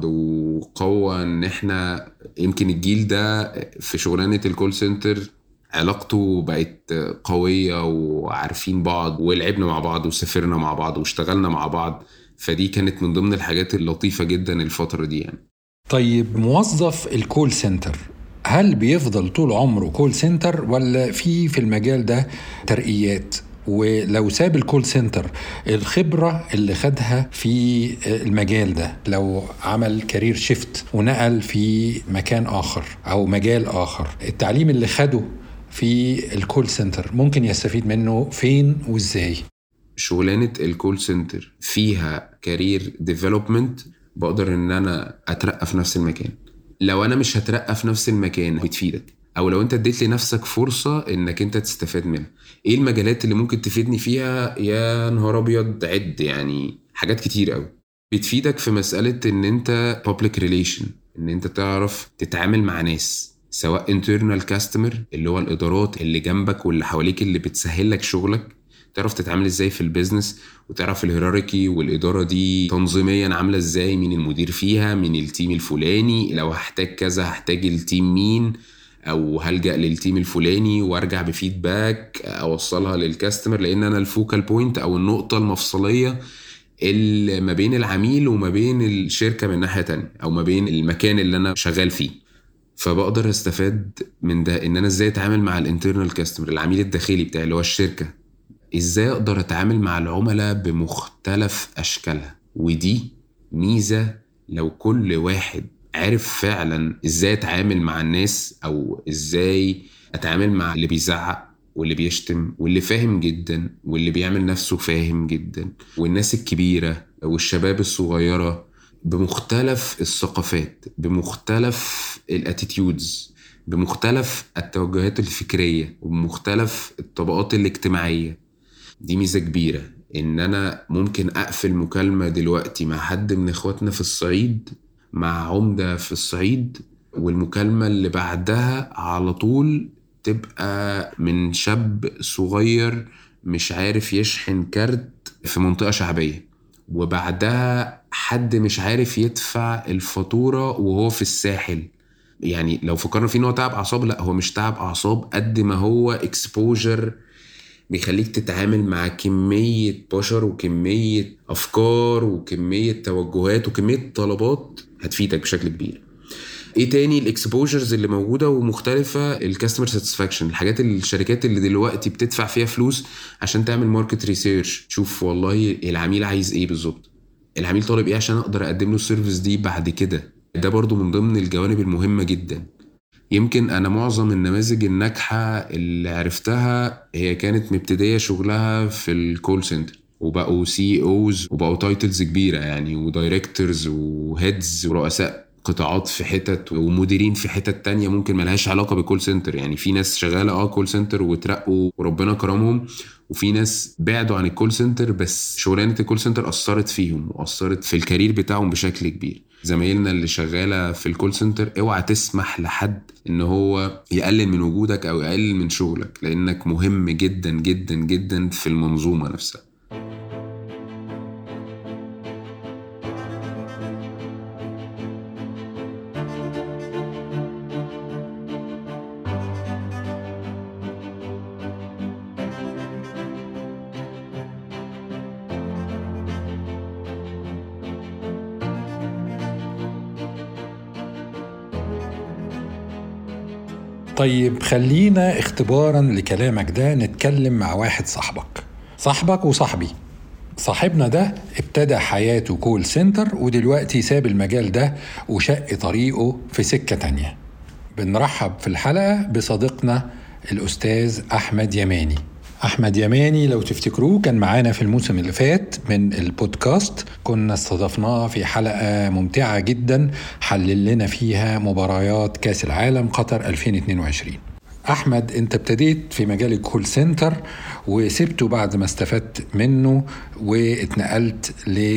وقوى ان احنا يمكن الجيل ده في شغلانه الكول سنتر علاقته بقت قوية، وعارفين بعض، ولعبنا مع بعض، وسافرنا مع بعض، واشتغلنا مع بعض. فدي كانت من ضمن الحاجات اللطيفة جدا الفترة دي يعني. طيب موظف الكول سنتر هل بيفضل طول عمره كول سنتر، ولا في في المجال ده ترقيات؟ ولو ساب الكول سنتر الخبرة اللي خدها في المجال ده، لو عمل كارير شيفت ونقل في مكان آخر أو مجال آخر، التعليم اللي خده في الكول سنتر ممكن يستفيد منه فين وإزاي؟ شغلانة الكول سنتر فيها كارير ديفلوبمنت، بقدر ان انا اترقى في نفس المكان. لو انا مش هترقى في نفس المكان بتفيدك، او لو انت اديت لنفسك فرصة انك انت تستفاد منها. ايه المجالات اللي ممكن تفيدني فيها؟ يا نهار ابيض عد، يعني حاجات كتير قوي بتفيدك في مسألة ان انت public relation، ان انت تعرف تتعامل مع ناس، سواء internal customer اللي هو الادارات اللي جنبك واللي حواليك اللي بتسهل لك شغلك، تعرف تتعامل ازاي في البيزنس، وتعرف الهيراركي والاداره دي تنظيميا عامله ازاي، مين المدير فيها، مين التيم الفلاني، لو هحتاج كذا هحتاج التيم مين، او هلجأ للتيم الفلاني وارجع بفيدباك اوصلها للكاستمر، لان انا الفوكال بوينت او النقطة المفصلية اللي ما بين العميل وما بين الشركة من ناحية تانية، او ما بين المكان اللي انا شغال فيه. فبقدر استفاد من ده ان انا ازاي اتعامل مع الانترنال كاستمر، العميل الداخلي بتاعي اللي هو الشركة، ازاي اقدر اتعامل مع العملاء بمختلف اشكالها. ودي ميزة لو كل واحد عارف فعلا ازاي اتعامل مع الناس، او ازاي اتعامل مع اللي بيزعق واللي بيشتم واللي فاهم جدا واللي بيعمل نفسه فاهم جدا، والناس الكبيرة والشباب الصغيرة، بمختلف الثقافات، بمختلف الاتيتيودز، بمختلف التوجهات الفكرية، وبمختلف الطبقات الاجتماعية. دي ميزة كبيرة ان انا ممكن اقفل مكالمة دلوقتي مع حد من اخواتنا في الصعيد، مع عمدة في الصعيد، والمكالمة اللي بعدها على طول تبقى من شاب صغير مش عارف يشحن كارت في منطقة شعبية، وبعدها حد مش عارف يدفع الفاتورة وهو في الساحل. يعني لو فكرنا فيه انه تعب اعصاب، لا هو مش تعب اعصاب قد ما هو اكسبوجر بيخليك تتعامل مع كمية بشر وكمية افكار وكمية توجهات وكمية طلبات هتفيدك بشكل كبير. ايه تاني الاكسبوجرز اللي موجودة ومختلفة؟ الكاستمر ساتسفاكشن، الحاجات اللي الشركات اللي دلوقتي بتدفع فيها فلوس عشان تعمل ماركت ريسيرش، تشوف والله العميل عايز ايه بالظبط، العميل طالب ايه عشان اقدر اقدم له السيرفيس دي بعد كده. ده برضو من ضمن الجوانب المهمة جدا. يمكن انا معظم النماذج الناجحة اللي عرفتها هي كانت مبتدية شغلها في الكول سنتر، وبقوا سي اوز وبقوا تايتلز كبيرة يعني، ودايركتورز وهيدز ورؤساء قطاعات في حتت، ومديرين في حتت تانية ممكن ملهاش علاقة بالكول سنتر. يعني في ناس شغالة اه كول سنتر وترقوا وربنا كرمهم، وفي ناس بعدوا عن الكول سنتر بس شغلانة الكول سنتر أثرت فيهم وأثرت في الكارير بتاعهم بشكل كبير. زمايلنا اللي شغالة في الكول سنتر، اوعى تسمح لحد ان هو يقلل من وجودك او يقلل من شغلك، لانك مهم جدا جدا جدا في المنظومة نفسها. طيب خلينا اختبارا لكلامك ده نتكلم مع واحد صاحبك صاحبك وصاحبي. صاحبنا ده ابتدى حياته كول سنتر، ودلوقتي ساب المجال ده وشق طريقه في سكة تانية. بنرحب في الحلقة بصديقنا الأستاذ أحمد يماني. أحمد يماني لو تفتكروه كان معانا في الموسم اللي فات من البودكاست، كنا استضفناه في حلقة ممتعة جدا حلل لنا فيها مباريات كاس العالم قطر ألفين واثنين وعشرين. أحمد، أنت ابتديت في مجال الكول سنتر وسبته بعد ما استفدت منه واتنقلت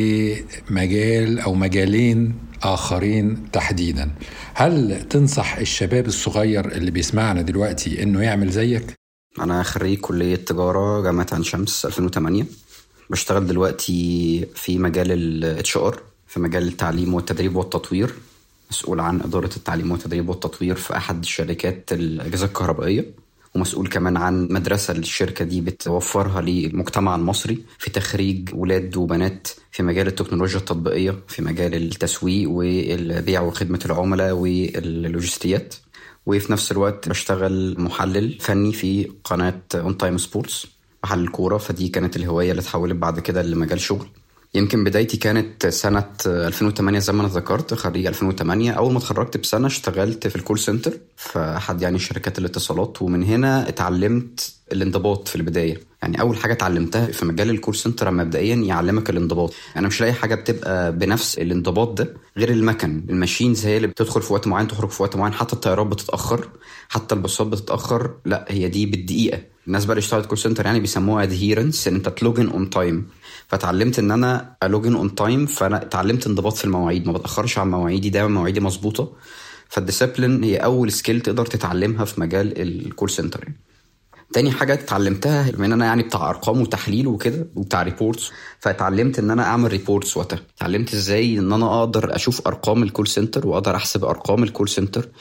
لمجال أو مجالين آخرين تحديدا. هل تنصح الشباب الصغير اللي بيسمعنا دلوقتي إنه يعمل زيك؟ أنا خريج كلية تجارة جامعة عين شمس ألفين وثمانية. بشتغل دلوقتي في مجال ال إتش آر، في مجال التعليم والتدريب والتطوير، مسؤول عن إدارة التعليم والتدريب والتطوير في أحد شركات الأجهزة الكهربائية، ومسؤول كمان عن مدرسة الشركة دي بتوفرها للمجتمع المصري في تخريج ولاد وبنات في مجال التكنولوجيا التطبيقية، في مجال التسويق والبيع وخدمة العملاء واللوجستيات. وفي نفس الوقت بشتغل محلل فني في قناة اون تايم سبورتس، محلل كورة، فدي كانت الهواية اللي اتحولت بعد كده لمجال شغل. يمكن بدايتي كانت سنة ألفين وثمانية زي ما أنا ذكرت، خريج ألفين وثمانية. أول ما اتخرجت بسنة اشتغلت في الكول سنتر في أحد يعني شركات الاتصالات، ومن هنا اتعلمت الانضباط في البداية. يعني أول حاجة اتعلمتها في مجال الكول سنتر مبدئيا يعلمك الانضباط. أنا مش لاقي حاجة بتبقى بنفس الانضباط ده غير المكن، الماشينز هي اللي بتدخل في وقت معين تخرج في وقت معين، حتى الطيارات بتتأخر، حتى الباصات بتتأخر، لا هي دي بالدقيقة. الناس بقى اللي اشتغلت كول سنتر يعني بيسموها adherence، ان انت تلوجن اون تايم. فتعلمت ان انا الوجن اون تايم، فانا اتعلمت انضباط في المواعيد، ما بتاخرش عن مواعيدي، دايما مواعيدي مظبوطه. فالديسيبلين هي اول سكيل تقدر تتعلمها في مجال الكول سنتر. تاني حاجه اتعلمتها بما ان انا يعني بتاع ارقام وتحليل وكده وبتاع ريبورتس، فاتعلمت ان انا اعمل ريبورتس وقتها. اتعلمت ازاي ان انا اقدر اشوف ارقام الكول سنتر واقدر احسب ارقام الكول سنتر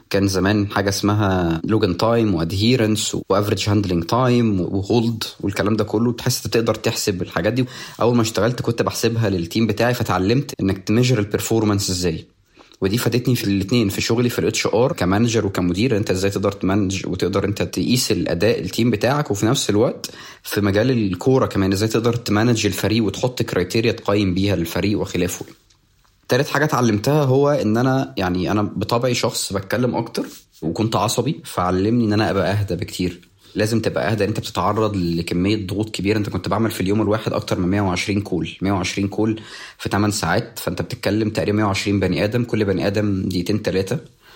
كان زمان حاجه اسمها لوجن تايم وادهيرنس وافريج هاندلنج تايم وهولد والكلام ده كله، تحس تقدر تحسب الحاجات دي. اول ما اشتغلت كنت بحسبها للتيم بتاعي، فتعلمت انك تميجر البرفورمانس ازاي، ودي فادتني في الاثنين، في شغلي في الاتش ار كمانجر وكمدير، انت ازاي تقدر تمانج وتقدر انت تقيس الاداء التيم بتاعك، وفي نفس الوقت في مجال الكوره كمان ازاي تقدر تمانج الفريق وتحط كرايتيريا تقيم بيها الفريق وخلافه. تالت حاجه اتعلمتها هو ان انا يعني انا بطبعي شخص بتكلم اكتر وكنت عصبي، فعلمني ان انا ابقى اهدى بكتير. لازم تبقى اهدى، انت بتتعرض لكميه ضغوط كبيره. انت كنت بعمل في اليوم الواحد اكتر من مية وعشرين كول مية وعشرين كول في ثماني ساعات، فانت بتتكلم تقريبا مية وعشرين بني ادم، كل بني ادم دقيقتين ثلاثه،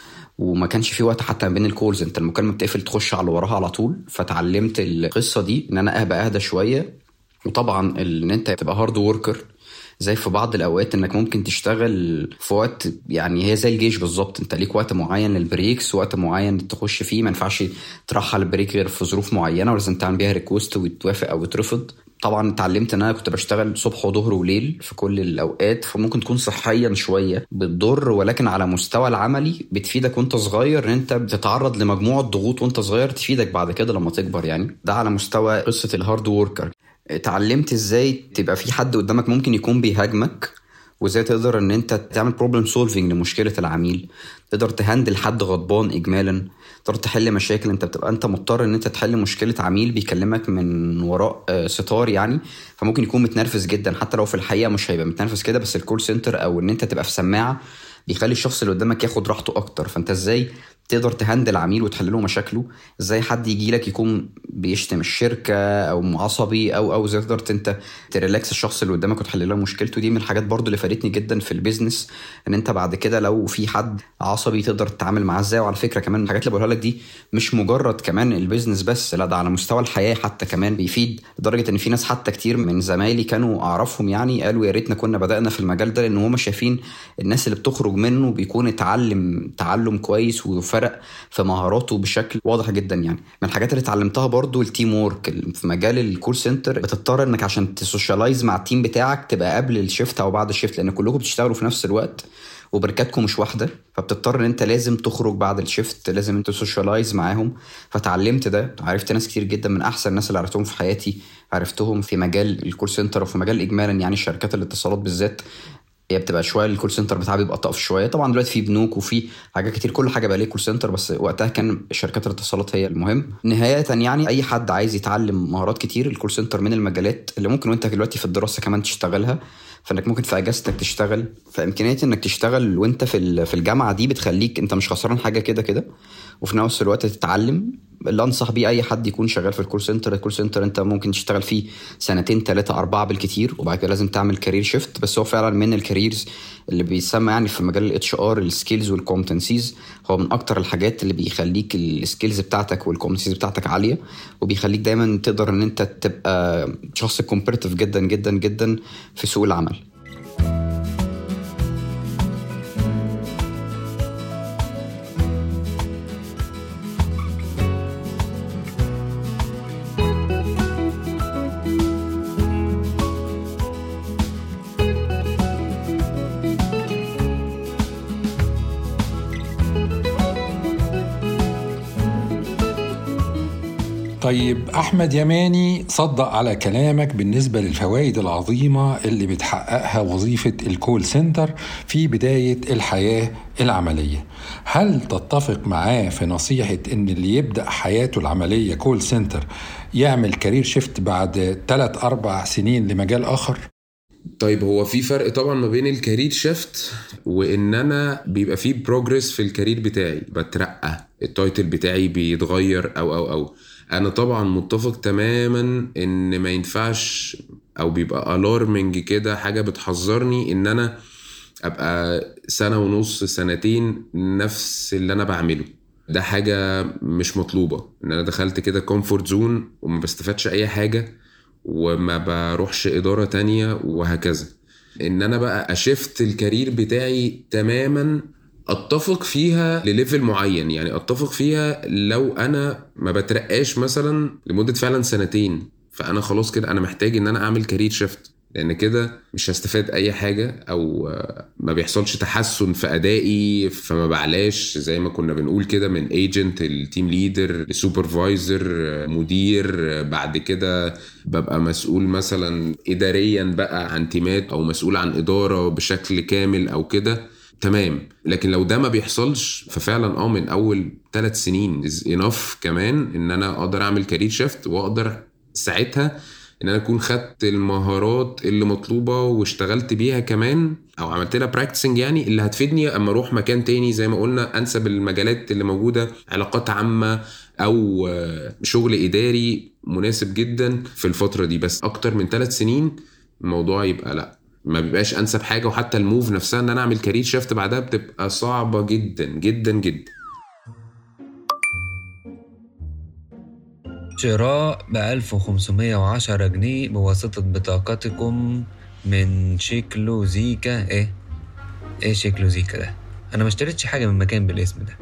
وما كانش في وقت حتى بين الكولز، انت المكالمه بتقفل تخش على وراها على طول. فتعلمت القصه دي ان انا ابقى اهدى شويه. وطبعا ان انت تبقى هارد وركر، زي في بعض الاوقات انك ممكن تشتغل في وقت يعني هي زي الجيش بالظبط، انت ليك وقت معين للبريكس، وقت معين تخش فيه، ما ينفعش ترحل البريك غير في ظروف معينه، ولازم تعمل بيها ريكوست وتوافق او ترفض. طبعا اتعلمت ان انا كنت بشتغل صبح وظهر وليل في كل الاوقات، فممكن تكون صحيا شويه بتضر، ولكن على مستوى العملي بتفيدك وانت صغير، ان انت بتتعرض لمجموعه ضغوط وانت صغير تفيدك بعد كده لما تكبر. يعني ده على مستوى قصه الهارد وركر. اتعلمت ازاي تبقى في حد قدامك ممكن يكون بيهاجمك، وازاي تقدر ان انت تعمل بروبلم سولفينج لمشكله العميل، تقدر تهندل حد غضبان اجمالا، تقدر تحل مشاكل. انت بتبقى انت مضطر ان انت تحل مشكله عميل بيكلمك من وراء ستار يعني، فممكن يكون متنرفز جدا، حتى لو في الحقيقه مش هيبقى متنرفز كده، بس الكول سنتر او ان انت تبقى في سماعه بيخلي الشخص اللي قدامك ياخد راحته اكتر. فانت ازاي تقدر تهندل عميل وتحلله مشاكله، ازاي حد يجي لك يكون بيشتم الشركه او عصبي او او ازاي تقدر انت تريلاكس الشخص اللي قدامك وتحل له مشكلته. دي من الحاجات برضو اللي فادتني جدا في البيزنس، ان انت بعد كده لو في حد عصبي تقدر تتعامل معاه ازاي. وعلى فكره كمان الحاجات اللي بقولها لك دي مش مجرد كمان البيزنس بس، لا ده على مستوى الحياه حتى كمان بيفيد، لدرجه ان في ناس حتى كتير من زمايلي كانوا اعرفهم يعني قالوا يا ريتنا كنا بدانا في المجال ده، لان هم شايفين الناس اللي بتخرج منه بيكون اتعلم تعلم كويس وفرق في مهاراته بشكل واضح جدا. يعني من الحاجات اللي اتعلمتها برضو التيم وورك في مجال الكول سنتر، بتضطر انك عشان تسوشيالايز مع التيم بتاعك تبقى قبل الشيفت او بعد الشيفت، لان كلكم بتشتغلوا في نفس الوقت وبركاتكم مش واحده، فبتضطر ان انت لازم تخرج بعد الشيفت، لازم انت تسوشيالايز معاهم. فتعلمت ده، عرفت ناس كتير جدا من احسن الناس اللي عرفتهم في حياتي عرفتهم في مجال الكول سنتر وفي مجال اجمالا يعني شركات الاتصالات بالذات. هي بتبقى شويه الكول سنتر بتاعها بيبقى طاف شويه، طبعا دلوقتي في بنوك وفي حاجات كتير كل حاجه بقى ليه كول سنتر، بس وقتها كان شركات الاتصالات هي المهم. نهايه يعني اي حد عايز يتعلم مهارات كتير، الكول سنتر من المجالات اللي ممكن وانت دلوقتي في الدراسه كمان تشتغلها، فانك ممكن في اجازتك تشتغل، فامكانيه انك تشتغل وانت في في الجامعه دي بتخليك انت مش خسران حاجه كده كده، وفي نفس الوقت تتعلم. اللي انصح بيه اي حد يكون شغال في الكول سنتر، الكول سنتر انت ممكن تشتغل فيه سنتين ثلاثة أربعة بالكتير، وبعد كده لازم تعمل كارير شيفت. بس هو فعلا من الكاريرز اللي بيسمى يعني في مجال الاتش ار السكيلز والكومبتنسيز، هو من اكتر الحاجات اللي بيخليك السكيلز بتاعتك والكومبتنسيز بتاعتك عاليه، وبيخليك دايما تقدر ان انت تبقى شخص كومبيتيتيف جدا جدا جدا في سوق العمل. طيب أحمد يماني صدق على كلامك بالنسبة للفوائد العظيمة اللي بتحققها وظيفة الكول سنتر في بداية الحياة العملية. هل تتفق معاه في نصيحة إن اللي يبدأ حياته العملية كول سنتر يعمل كارير شيفت بعد ثلاث أربع سنين لمجال آخر؟ طيب هو في فرق طبعا ما بين الكارير شيفت وإن أنا بيبقى فيه بروجرس في الكارير بتاعي، بترقى، التايتل بتاعي بيتغير أو أو أو أنا طبعا متفق تماما إن ما ينفعش أو بيبقى ألارمنج كده، حاجة بتحذرني إن أنا أبقى سنة ونص سنتين نفس اللي أنا بعمله. ده حاجة مش مطلوبة، إن أنا دخلت كده كومفورت زون وما بستفادش أي حاجة وما بروحش إدارة تانية وهكذا. إن أنا بقى أشفت الكارير بتاعي تماما، اتفق فيها لليفل معين، يعني اتفق فيها لو انا ما بترقاش مثلا لمدة فعلا سنتين، فانا خلاص كده انا محتاج ان انا اعمل كارير شيفت. لان كده مش هستفاد اي حاجه، او ما بيحصلش تحسن في ادائي، فما بعلاش زي ما كنا بنقول كده من ايجنت التيم ليدر لسوبرفايزر مدير، بعد كده ببقى مسؤول مثلا اداريا بقى عن تيمات او مسؤول عن اداره بشكل كامل او كده، تمام. لكن لو ده ما بيحصلش ففعلا اه من اول ثلاث سنين is enough كمان ان انا اقدر اعمل كارير شيفت، واقدر ساعتها ان انا اكون خدت المهارات اللي مطلوبة واشتغلت بيها كمان، او عملت لها براكتسنج يعني، اللي هتفيدني اما اروح مكان تاني زي ما قلنا انسب المجالات اللي موجودة، علاقات عامة او شغل اداري مناسب جدا في الفترة دي. بس اكتر من ثلاث سنين الموضوع يبقى لا، ما بيبقاش انسب حاجة، وحتى الموف نفسها ان انا اعمل كارير شيفت بعدها بتبقى صعبة جدا جدا جدا. شراء بألف وخمسمية وعشرة جنيه بواسطة بطاقتكم من شيكلوزيكا. ايه ايه شيكلوزيكا ده؟ انا ما اشتريتش حاجة من مكان بالاسم ده.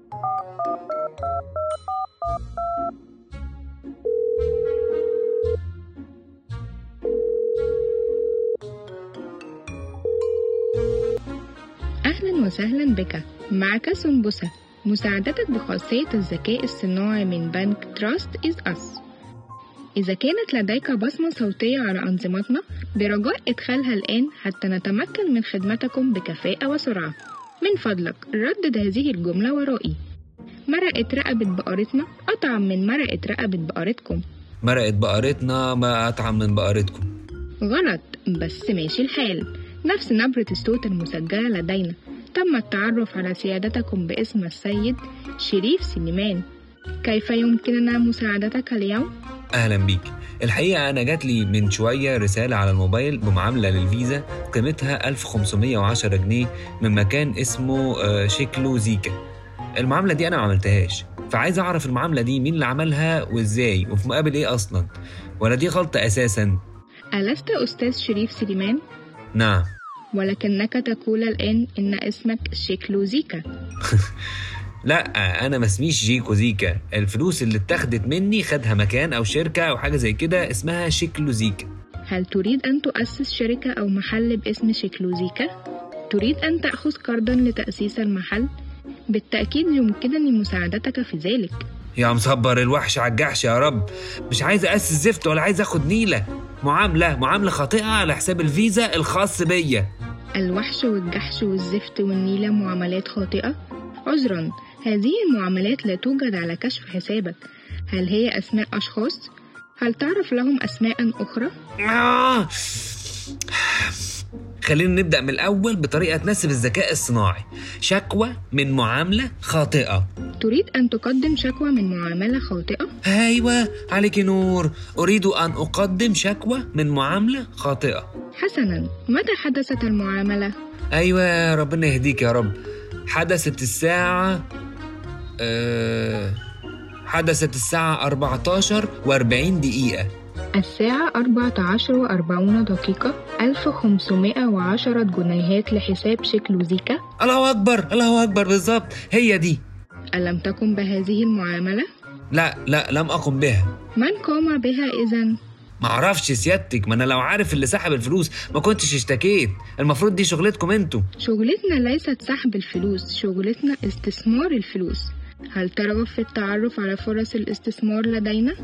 أهلا وسهلا بك، معك سنبسة، مساعدتك بخاصية الذكاء الصناعي من بنك تراست إز أس. إذا كانت لديك بصمة صوتية على أنظمتنا برجاء إدخالها الآن حتى نتمكن من خدمتكم بكفاءة وسرعة. من فضلك ردد هذه الجملة ورائي: مرقة رقبة بقرتنا أطعم من مرقة رقبة بقرتكم. مرقة بقرتنا ما أطعم من بقرتكم. غلط، بس ماشي الحال. نفس نبرة الصوت المسجلة لدينا. تم التعرف على سيادتكم باسم السيد شريف سليمان. كيف يمكننا مساعدتك اليوم؟ أهلا بيك. الحقيقة أنا جات لي من شوية رسالة على الموبايل بمعاملة للفيزا قيمتها ألف وخمسمية وعشرة جنيه من مكان اسمه شيكلوزيكا. المعاملة دي أنا ما عملتهاش، فعايز أعرف المعاملة دي مين اللي عملها وإزاي وفي مقابل إيه أصلا، ولا دي غلطة أساسا؟ ألست أستاذ شريف سليمان؟ نعم. ولكنك تقول الآن إن اسمك شيكلوزيكا. لا، أنا ما اسميش جيكوزيكا. الفلوس اللي اتخذت مني خدها مكان أو شركة أو حاجة زي كده اسمها شيكلوزيكا. هل تريد أن تؤسس شركة أو محل باسم شيكلوزيكا؟ تريد أن تأخذ قرضاً لتأسيس المحل؟ بالتأكيد يمكنني مساعدتك في ذلك. يا مصبر الوحش على الجحش يا رب، مش عايز أسس زفت ولا عايز أخد نيلة. معاملة معاملة خاطئة على حساب الفيزا الخاص بيا. الوحش والجحش والزفت والنيلة معاملات خاطئة؟ عذراً، هذه المعاملات لا توجد على كشف حسابك. هل هي أسماء أشخاص؟ هل تعرف لهم أسماء أخرى؟ آه. خلينا نبدأ من الأول بطريقة تناسب الذكاء الصناعي. شكوى من معاملة خاطئة. تريد أن تقدم شكوى من معاملة خاطئة؟ أيوة عليك نور، أريد أن أقدم شكوى من معاملة خاطئة. حسناً، متى حدثت المعاملة؟ أيوة ربنا يهديك يا رب. حدثت الساعة أه... حدثت الساعة أربعتاشر وأربعين دقيقة. الساعة أربعة عشر وأربعون دقيقة. ألف وخمسمائة وعشرة جنيهات لحساب شيكلوزيكا. الله أكبر الله أكبر، بالضبط هي دي. ألم تقم بهذه المعاملة؟ لا لا لم أقم بها. من قام بها إذن؟ معرفش سيادتك، ما أنا لو عارف اللي سحب الفلوس ما كنتش اشتكيت. المفروض دي شغلتكم انتوا. شغلتنا ليست سحب الفلوس، شغلتنا استثمار الفلوس. هل ترغب في التعرف على فرص الاستثمار لدينا؟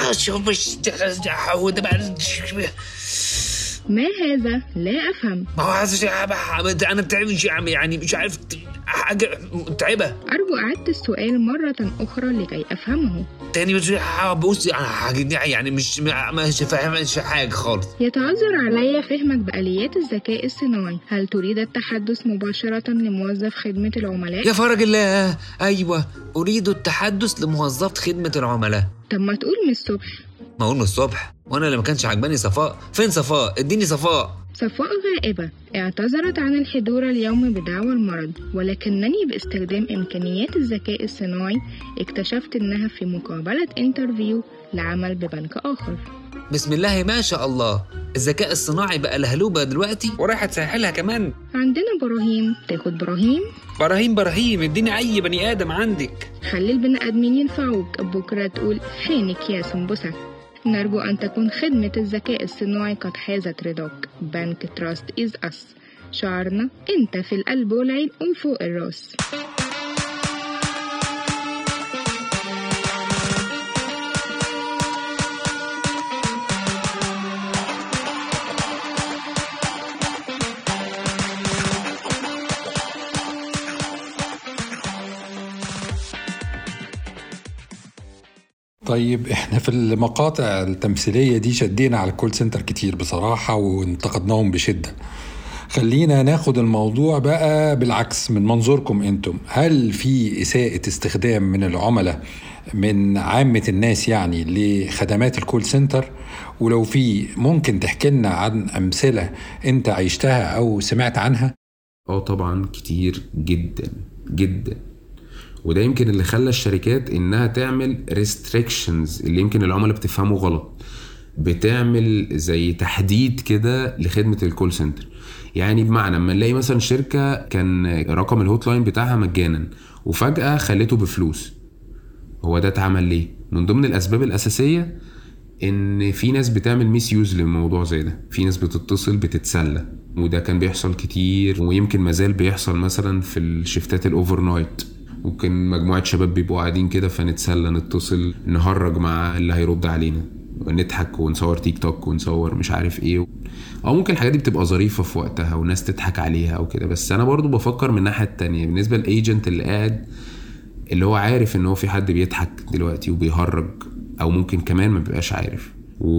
ما هذا؟ لا أفهم. ما هو أنا تعب يعني مش عارف حاجة تعبة. أرجو إعادة السؤال مرة أخرى لكي أفهمه. تاني مش بص يعني مش مش فاهمش حاجة خالص. يتعذر علي فهمك بآليات الذكاء الصناعي. هل تريد التحدث مباشرة لموظف خدمة العملاء؟ يا فرج الله، أيوة أريد التحدث لموظف خدمة العملاء. طب ما تقول من الصبح. ما أقول من الصبح وأنا اللي ما كانش عجباني صفاء. فين صفاء؟ اديني صفاء. صفاء غائبة، اعتذرت عن الحضور اليوم بدعوى المرض، ولكنني باستخدام إمكانيات الذكاء الصناعي اكتشفت إنها في مقابلة انترفيو لعمل ببنك آخر. بسم الله ما شاء الله، الذكاء الصناعي بقى لهلوبة دلوقتي ورايحة تسهلها كمان. عندنا براهيم، تاخد براهيم؟ براهيم براهيم، اديني أي بني آدم عندك. خلي البني آدمين ينفعوك، بكرة تقول فينك يا سنبسة. نرجو أن تكون خدمة الذكاء الصناعي قد حازت رضاك. بنك تراست إز أس، شعارنا أنت في القلب والعين وفوق الراس. طيب احنا في المقاطع التمثيلية دي شدينا على الكول سنتر كتير بصراحة وانتقدناهم بشدة. خلينا ناخد الموضوع بقى بالعكس من منظوركم انتم. هل في إساءة استخدام من العملاء من عامة الناس يعني لخدمات الكول سنتر؟ ولو في ممكن تحكي لنا عن أمثلة انت عيشتها أو سمعت عنها؟ اه طبعا كتير جدا جدا، وده يمكن اللي خلى الشركات انها تعمل restrictions اللي يمكن العملاء بتفهمه غلط. بتعمل زي تحديد كده لخدمة الكول سنتر. يعني بمعنى لما نلاقي مثلا شركة كان رقم الهوت لاين بتاعها مجانا وفجأة خلته بفلوس، هو ده اتعمل ليه؟ من ضمن الاسباب الاساسية ان في ناس بتعمل ميس يوز للموضوع زي ده. في ناس بتتصل بتتسلى، وده كان بيحصل كتير ويمكن مازال بيحصل مثلا في الشفتات الاوفر نايت. ممكن مجموعة شباب بيبقوا قاعدين كده فنتسلى نتصل نهرج مع اللي هيرد علينا ونضحك ونصور تيك توك ونصور مش عارف ايه، او ممكن الحاجات دي بتبقى ظريفة في وقتها وناس تضحك عليها او كده. بس انا برضو بفكر من الناحية التانية بالنسبة للايجنت اللي قاعد اللي هو عارف ان هو في حد بيضحك دلوقتي وبيهرج، او ممكن كمان ما بيبقاش عارف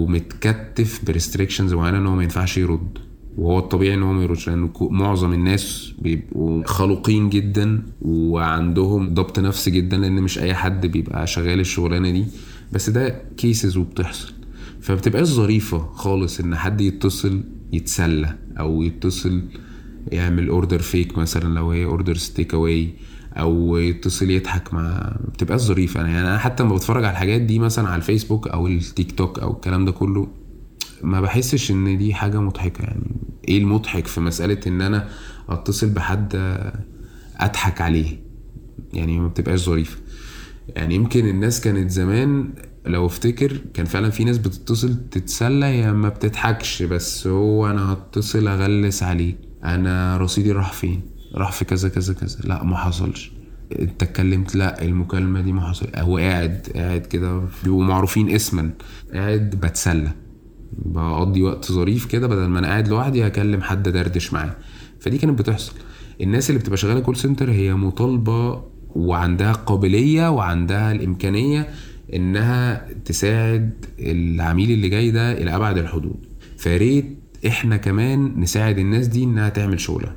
ومتكتف بريستريكشنز معينة ان هو ما ينفعش يرد، وهو الطبيعي ان هو ما يردش لانه معظم الناس بيبقوا خلوقين جدا وعندهم ضبط نفس جدا، لان مش اي حد بيبقى شغال الشغلانه دي. بس ده كيسز وبتحصل، فبتبقاش ظريفه خالص ان حد يتصل يتسلى او يتصل يعمل اوردر فيك مثلا لو هي اوردر ستيك اواي، او يتصل يضحك مع. بتبقاش ظريفه. يعني انا حتى لما بتفرج على الحاجات دي مثلا على الفيسبوك او التيك توك او الكلام ده كله ما بحسش ان دي حاجة مضحكة. يعني ايه المضحك في مسألة ان انا اتصل بحد اضحك عليه؟ يعني ما بتبقاش ظريفة. يعني يمكن الناس كانت زمان لو افتكر كان فعلا في ناس بتتصل تتسلى يا ما بتضحكش، بس هو انا هتصل اغلس عليه، انا رصيدي راح فين، راح في كذا كذا كذا، لا ما حصلش، انت اتكلمت، لا المكالمة دي ما حصل. هو قاعد قاعد كده بيبقوا معروفين اسما، قاعد بتسلى بقضي وقت ظريف كده بدل ما انا قاعد لوحدي هكلم حد دردش معاه. فدي كانت بتحصل. الناس اللي بتبقى شغاله كول سنتر هي مطالبه وعندها قابليه وعندها الامكانيه انها تساعد العميل اللي جاي ده الى ابعد الحدود. فريت احنا كمان نساعد الناس دي انها تعمل شغلها.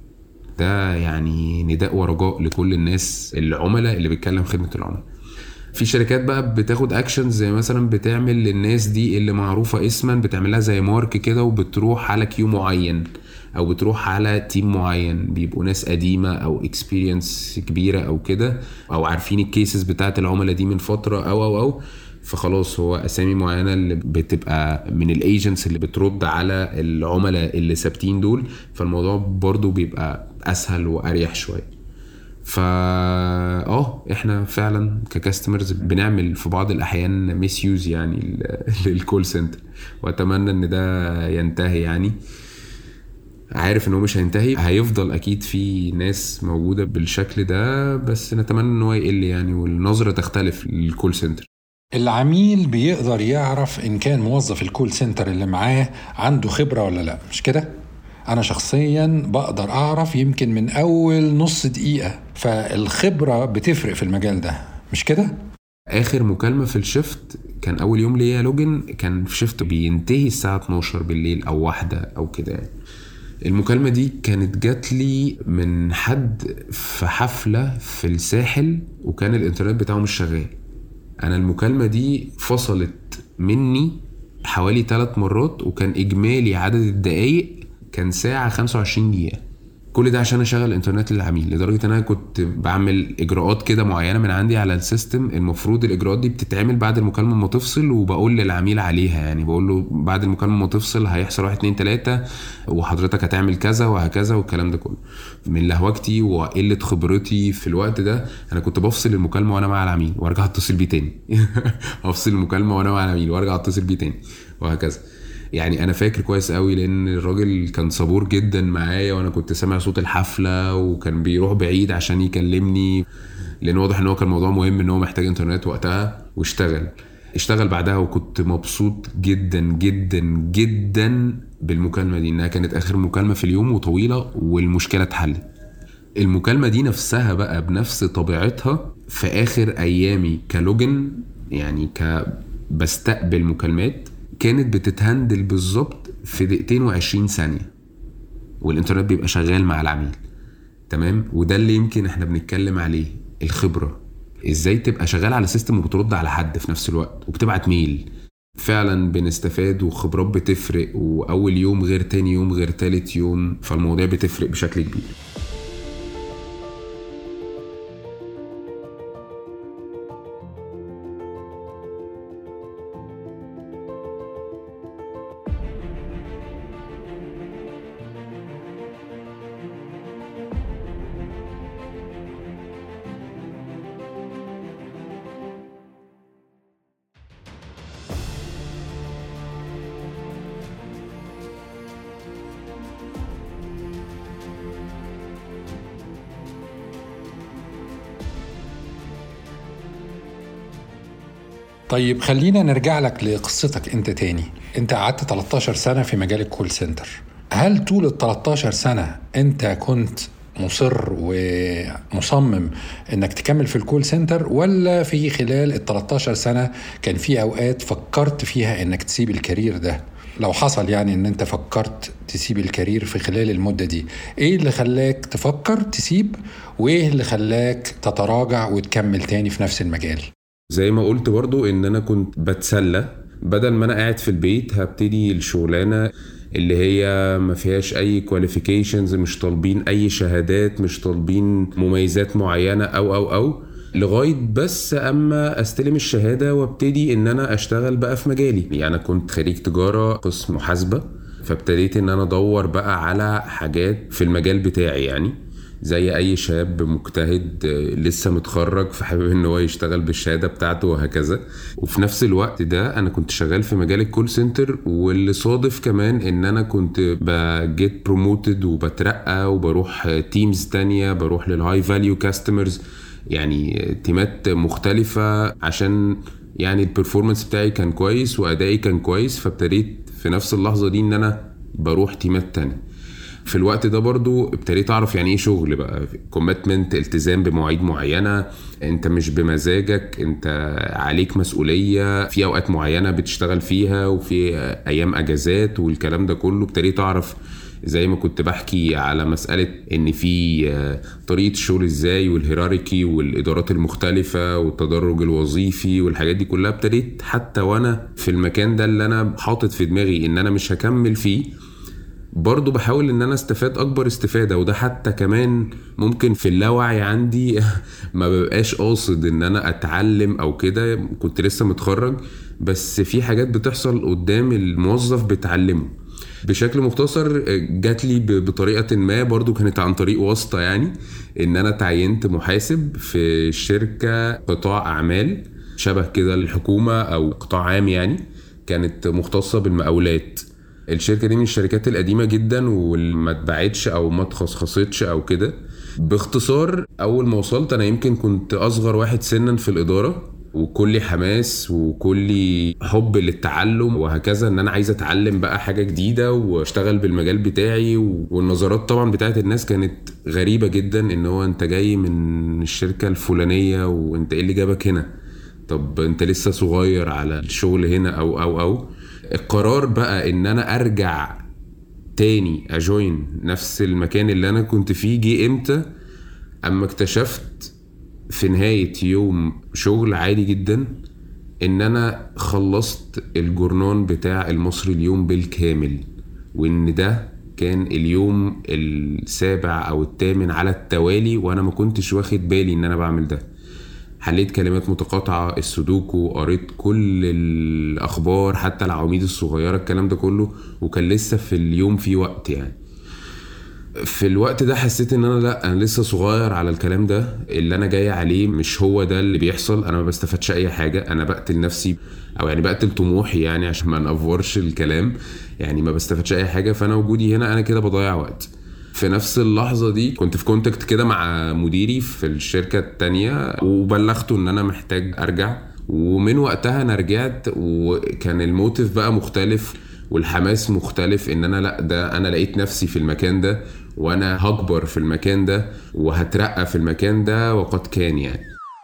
ده يعني نداء ورجاء لكل الناس العملاء اللي بيتكلم خدمه العملاء. في شركات بقى بتاخد اكشنز زي مثلا بتعمل للناس دي اللي معروفة اسما بتعملها زي مارك كده، وبتروح على كيو معين او بتروح على تيم معين بيبقوا ناس قديمة او اكسبيرينس كبيرة او كده، او عارفين الكيسز بتاعت العملاء دي من فترة او او او فخلاص هو اسامي معينة اللي بتبقى من الايجنتس اللي بترد على العملاء اللي ثابتين دول. فالموضوع برضو بيبقى اسهل واريح شوية. فا اه احنا فعلا ككاستمرز بنعمل في بعض الاحيان ميس يوز يعني للكول سنتر، واتمنى ان ده ينتهي. يعني عارف انه مش هينتهي، هيفضل اكيد في ناس موجودة بالشكل ده، بس نتمنى انه يقل يعني والنظرة تختلف للكول سنتر. العميل بيقدر يعرف ان كان موظف الكول سنتر اللي معاه عنده خبرة ولا لا، مش كده؟ أنا شخصياً بقدر أعرف يمكن من أول نص دقيقة، فالخبرة بتفرق في المجال ده، مش كده؟ آخر مكالمة في الشفت كان أول يوم ليا لوجن، كان في شفت بينتهي الساعة اتناشر بالليل أو واحدة أو كده. المكالمة دي كانت جات لي من حد في حفلة في الساحل وكان الإنترنت بتاعه مش شغال. أنا المكالمة دي فصلت مني حوالي ثلاث مرات، وكان إجمالي عدد الدقايق كان ساعة خمسة وعشرين دقيقة. كل ده عشان اشغل انترنت للعميل، لدرجه ان انا كنت بعمل اجراءات كده معينه من عندي على السيستم. المفروض الاجراءات دي بتتعمل بعد المكالمه ما تفصل، وبقول للعميل عليها، يعني بقول له بعد المكالمه ما تفصل هيحصل واحد اتنين تلاته وحضرتك هتعمل كذا وهكذا والكلام ده كله. من لهوجتي وقله خبرتي في الوقت ده انا كنت بفصل المكالمه وانا مع العميل وارجع اتصل بيه تاني افصل المكالمه وانا مع العميل وارجع اتصل بيه تاني وهكذا. يعني انا فاكر كويس قوي لان الراجل كان صبور جدا معايا، وانا كنت سامع صوت الحفله وكان بيروح بعيد عشان يكلمني، لان واضح ان هو كان موضوع مهم ان هو محتاج انترنت وقتها. واشتغل اشتغل بعدها، وكنت مبسوط جدا جدا جدا بالمكالمه دي، انها كانت اخر مكالمه في اليوم وطويله والمشكله اتحلت. المكالمه دي نفسها بقى بنفس طبيعتها في اخر ايامي كلوجن، يعني كبستقبل مكالمات، كانت بتتهندل بالظبط في دقيقتين وعشرين ثانية، والإنترنت بيبقى شغال مع العميل. تمام. وده اللي يمكن احنا بنتكلم عليه، الخبرة. ازاي تبقى شغال على سيستم وبترد على حد في نفس الوقت وبتبعت ميل. فعلا بنستفاد، وخبرات بتفرق، وأول يوم غير تاني يوم غير تالت يوم، فالمواضيع بتفرق بشكل كبير. طيب خلينا نرجع لك لقصتك انت تاني. انت قعدت تلتاشر سنة في مجال الكول سنتر. هل طول ال تلتاشر سنة انت كنت مصر ومصمم انك تكمل في الكول سنتر، ولا في خلال ال تلتاشر سنة كان في اوقات فكرت فيها انك تسيب الكارير ده؟ لو حصل يعني ان انت فكرت تسيب الكارير في خلال المدة دي، ايه اللي خلاك تفكر تسيب، وايه اللي خلاك تتراجع وتكمل تاني في نفس المجال؟ زي ما قلت برضو ان انا كنت بتسلى، بدل ما انا قاعد في البيت هبتدي الشغلانة اللي هي ما فيهاش اي كواليفيكيشنز، مش طالبين اي شهادات، مش طالبين مميزات معينة او او او لغاية بس اما استلم الشهادة وابتدي ان انا اشتغل بقى في مجالي. يعني انا كنت خريج تجارة قسم محاسبة، فابتديت ان انا ادور بقى على حاجات في المجال بتاعي، يعني زي اي شاب مجتهد لسه متخرج فحابب ان هو يشتغل بالشهاده بتاعته وهكذا. وفي نفس الوقت ده انا كنت شغال في مجال الكول سنتر، واللي صادف كمان ان انا كنت بجيت بروموتد وبترقى وبروح تيمز تانية، بروح للهاي فاليو كاستمرز، يعني تيمات مختلفه، عشان يعني البرفورمانس بتاعي كان كويس وادائي كان كويس. فابتديت في نفس اللحظه دي ان انا بروح تيمات تانية. في الوقت ده برضو ابتديت اعرف يعني ايه شغل بقى، كوميتمنت، التزام بمواعيد معينة، انت مش بمزاجك، انت عليك مسؤولية في اوقات معينة بتشتغل فيها، وفي ايام اجازات والكلام ده كله. ابتديت اعرف زي ما كنت بحكي على مسألة ان في طريقة الشغل ازاي، والهيراركي والادارات المختلفة والتدرج الوظيفي والحاجات دي كلها. ابتديت حتى وانا في المكان ده اللي انا حاطط في دماغي ان انا مش هكمل فيه، برضو بحاول ان انا استفاد اكبر استفادة. وده حتى كمان ممكن في اللاوعي عندي ما ببقاش قاصد ان انا اتعلم او كده، كنت لسه متخرج، بس في حاجات بتحصل قدام الموظف بتعلمه. بشكل مختصر جات لي بطريقة ما، برضو كانت عن طريق واسطة، يعني ان انا تعينت محاسب في شركة قطاع اعمال شبه كده الحكومة او قطاع عام، يعني كانت مختصة بالمقاولات. الشركة دي من الشركات القديمة جدا وما اتباعتش او ما اتخصصتش او كده. باختصار اول ما وصلت انا يمكن كنت اصغر واحد سنا في الادارة، وكل حماس وكل حب للتعلم وهكذا، ان انا عايز اتعلم بقى حاجة جديدة واشتغل بالمجال بتاعي. والنظرات طبعا بتاعت الناس كانت غريبة جدا، ان هو انت جاي من الشركة الفلانية وانت ايه اللي جابك هنا، طب انت لسه صغير على الشغل هنا او او او القرار بقى ان انا ارجع تاني اجوين نفس المكان اللي انا كنت فيه جه امتى؟ اما اكتشفت في نهاية يوم شغل عادي جدا ان انا خلصت الجورنان بتاع المصري اليوم بالكامل، وان ده كان اليوم السابع او الثامن على التوالي وانا ما كنتش واخد بالي ان انا بعمل ده. حليت كلمات متقاطعة، السودوكو، قريت كل الاخبار حتى العواميد الصغيرة، الكلام ده كله، وكان لسه في اليوم في وقت. يعني في الوقت ده حسيت ان انا لا انا لسه صغير على الكلام ده، اللي انا جاي عليه مش هو ده اللي بيحصل، انا ما بستفادش اي حاجة، انا بقتل نفسي او يعني بقتل طموحي، يعني عشان ما نأفورش الكلام، يعني ما بستفادش اي حاجة. فانا وجودي هنا انا كده بضيع وقت. في نفس اللحظة دي كنت في كونتاكت كده مع مديري في الشركة التانية وبلغته ان انا محتاج ارجع، ومن وقتها انا رجعت، وكان الموتيف بقى مختلف والحماس مختلف، ان انا لا ده انا لقيت نفسي في المكان ده وانا هكبر في المكان ده وهترقى في المكان ده وقد كان. يعني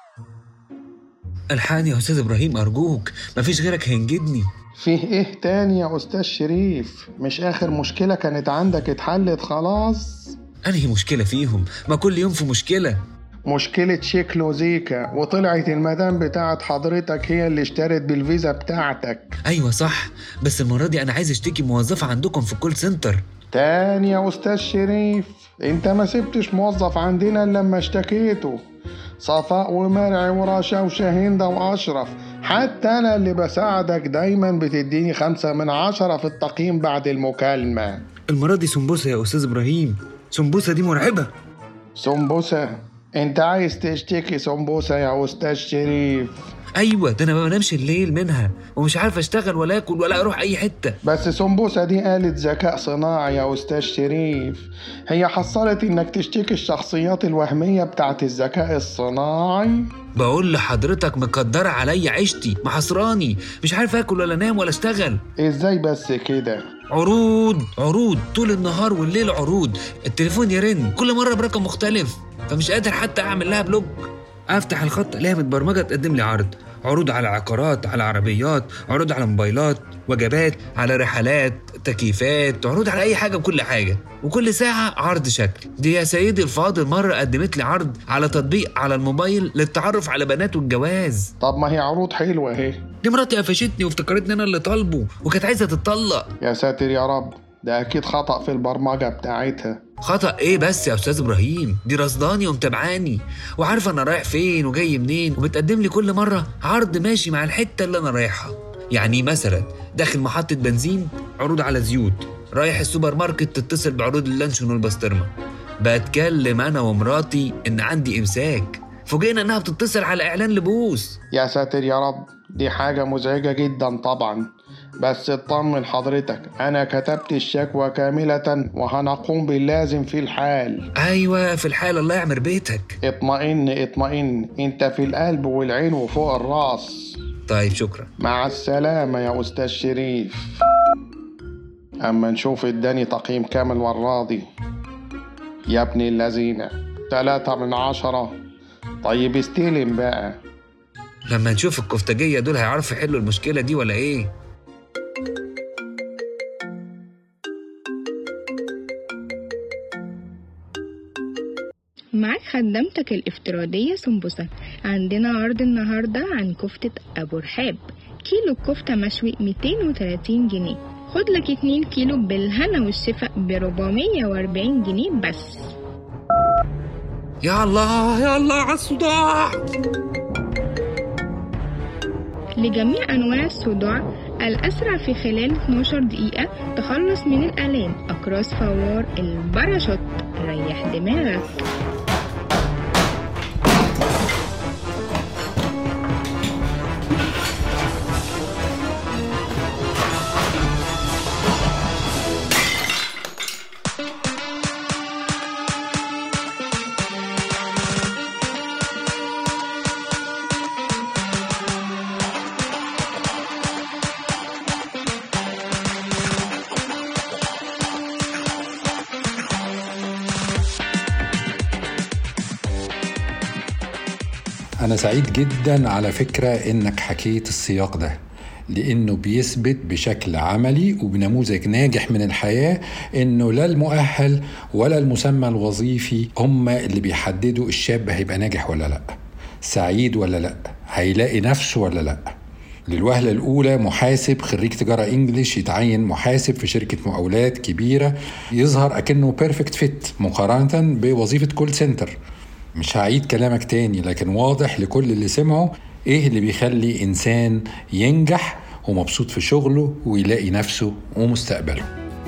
الحقني يا استاذ ابراهيم ارجوك، مفيش غيرك هينجدني. فيه ايه تاني يا استاذ شريف؟ مش اخر مشكلة كانت عندك اتحلت خلاص؟ انهي مشكلة فيهم؟ ما كل يوم في مشكلة. مشكلة شيكلو زيكا، وطلعت المدام بتاعت حضرتك هي اللي اشترت بالفيزا بتاعتك. ايوه صح، بس المرة دي انا عايز اشتكي موظفة عندكم في الكول سنتر. تاني يا استاذ شريف؟ انت ما سبتش موظف عندنا الا لما اشتكيته. صفاء ومرعي ورشا وشاهندة واشرف، حتى انا اللي بساعدك دايما بتديني خمسة من عشرة في التقييم بعد المكالمة. المرة دي سنبوسة يا استاذ ابراهيم، سنبوسة دي مرعبة. سنبوسة؟ انت عايز تشتكي سنبوسة يا استاذ شريف؟ ايوه، ده انا ما بنامش الليل منها ومش عارف اشتغل ولا اكل ولا اروح اي حته. بس سنبوسة دي آلة ذكاء صناعي يا استاذ شريف، هي حصلت انك تشتكي الشخصيات الوهميه بتاعت الذكاء الصناعي. بقول لحضرتك مقدره عليا عيشتي، محصراني، مش عارف اكل ولا انام ولا اشتغل. ازاي بس كده؟ عروض عروض طول النهار والليل، عروض، التليفون يرن كل مره برقم مختلف، فمش قادر حتى اعمل لها بلوك. افتح الخط الاقيها متبرمجه تقدم لي عرض، عروض على عقارات، على عربيات، عروض على موبايلات، وجبات، على رحلات، تكييفات، عروض على اي حاجه وكل حاجه، وكل ساعه عرض شكل. دي يا سيدي الفاضل مره قدمت لي عرض على تطبيق على الموبايل للتعرف على بنات والجواز. طب ما هي عروض حلوه اهي. دي مراتي قفشتني وافتكرتني انا اللي طالبه وكانت عايزه تتطلق. يا ساتر يا رب، ده اكيد خطأ في البرمجه بتاعتها. خطأ ايه بس يا استاذ ابراهيم؟ دي رصداني ومتابعاني وعارفه انا رايح فين وجاي منين، وبتقدم لي كل مره عرض ماشي مع الحته اللي انا رايحها. يعني مثلا داخل محطه بنزين عروض على زيوت، رايح السوبر ماركت تتصل بعروض اللانشون والبسطرمه. بتكلم انا ومراتي ان عندي امساك، فوجئنا انها بتتصل على اعلان لبوس. يا ساتر يا رب، دي حاجه مزعجه جدا طبعا، بس اطمن حضرتك، انا كتبت الشكوى كاملة وهنقوم باللازم في الحال. ايوه في الحال، الله يعمر بيتك. اطمئن اطمئن، انت في القلب والعين وفوق الراس. طيب شكرا. مع السلامة يا استاذ شريف. اما نشوف اداني تقييم كامل والراضي. يا ابن الذين، ثلاثة من عشرة. طيب استلم بقى. لما نشوف الكفتاجية دول هيعرفوا يحلوا المشكلة دي ولا ايه؟ معاك خدمتك الافتراضية سنبوسة. عندنا عرض النهاردة عن كفتة أبو رحاب، كيلو الكفتة مشوي مئتين وثلاثين جنيه، خد لك اتنين كيلو بالهنا والشفاء ب أربعمية وأربعين جنيه بس. يا الله يا الله على الصداع. لجميع أنواع الصداع الأسرع في خلال اتناشر دقيقة تخلص من الآلام، أقراص فوار الباراشوت، ريح دماغك. أنا سعيد جدا على فكرة إنك حكيت السياق ده، لأنه بيثبت بشكل عملي وبنموذج ناجح من الحياة إنه لا المؤهل ولا المسمى الوظيفي هم اللي بيحددوا الشاب هيبقى ناجح ولا لأ، سعيد ولا لأ، هيلاقي نفسه ولا لأ. للوهلة الأولى محاسب خريج تجارة إنجليش يتعين محاسب في شركة مقاولات كبيرة، يظهر أكنه بيرفكت فيت مقارنة بوظيفة كول سنتر. مش هعيد كلامك تاني، لكن واضح لكل اللي سمعه إيه اللي بيخلي إنسان ينجح ومبسوط في شغله ويلاقي نفسه ومستقبله.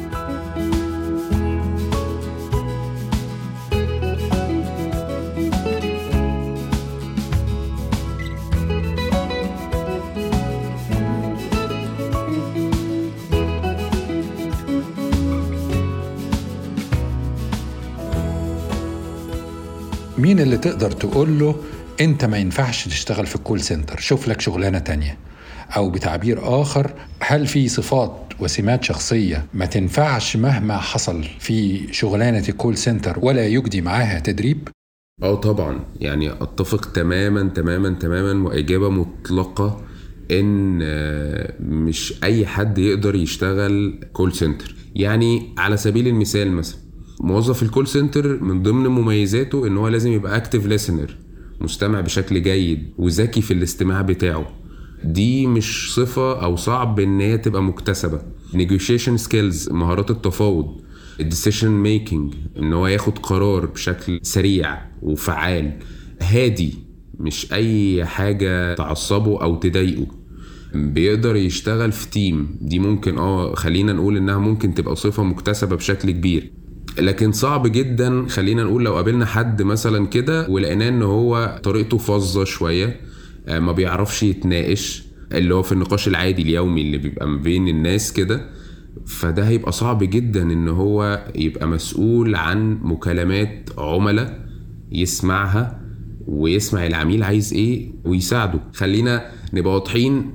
مين اللي تقدر تقول له انت ما ينفعش تشتغل في الكول سنتر، شوف لك شغلانة تانية؟ او بتعبير اخر، هل في صفات وسمات شخصية ما تنفعش مهما حصل في شغلانة الكول سنتر ولا يجدي معاها تدريب؟ اه طبعا، يعني اتفق تماما تماما تماما، واجابة مطلقة ان مش اي حد يقدر يشتغل كول سنتر. يعني على سبيل المثال مثلا موظف الكول سنتر من ضمن مميزاته ان هو لازم يبقى اكتيف ليسنر، مستمع بشكل جيد وذكي في الاستماع بتاعه. دي مش صفة او صعب ان هي تبقى مكتسبة. negotiation skills، مهارات التفاوض، decision making، ان هو ياخد قرار بشكل سريع وفعال، هادي، مش اي حاجة تعصبه او تضايقه، بيقدر يشتغل في تيم. دي ممكن اه خلينا نقول انها ممكن تبقى صفة مكتسبة بشكل كبير، لكن صعب جدا خلينا نقول لو قابلنا حد مثلا كده ولقيناه ان هو طريقته فظة شوية، ما بيعرفش يتناقش، اللي هو في النقاش العادي اليومي اللي بيبقى ما بين الناس كده، فده هيبقى صعب جدا ان هو يبقى مسؤول عن مكالمات عملاء، يسمعها ويسمع العميل عايز ايه ويساعده. خلينا نبقى واضحين،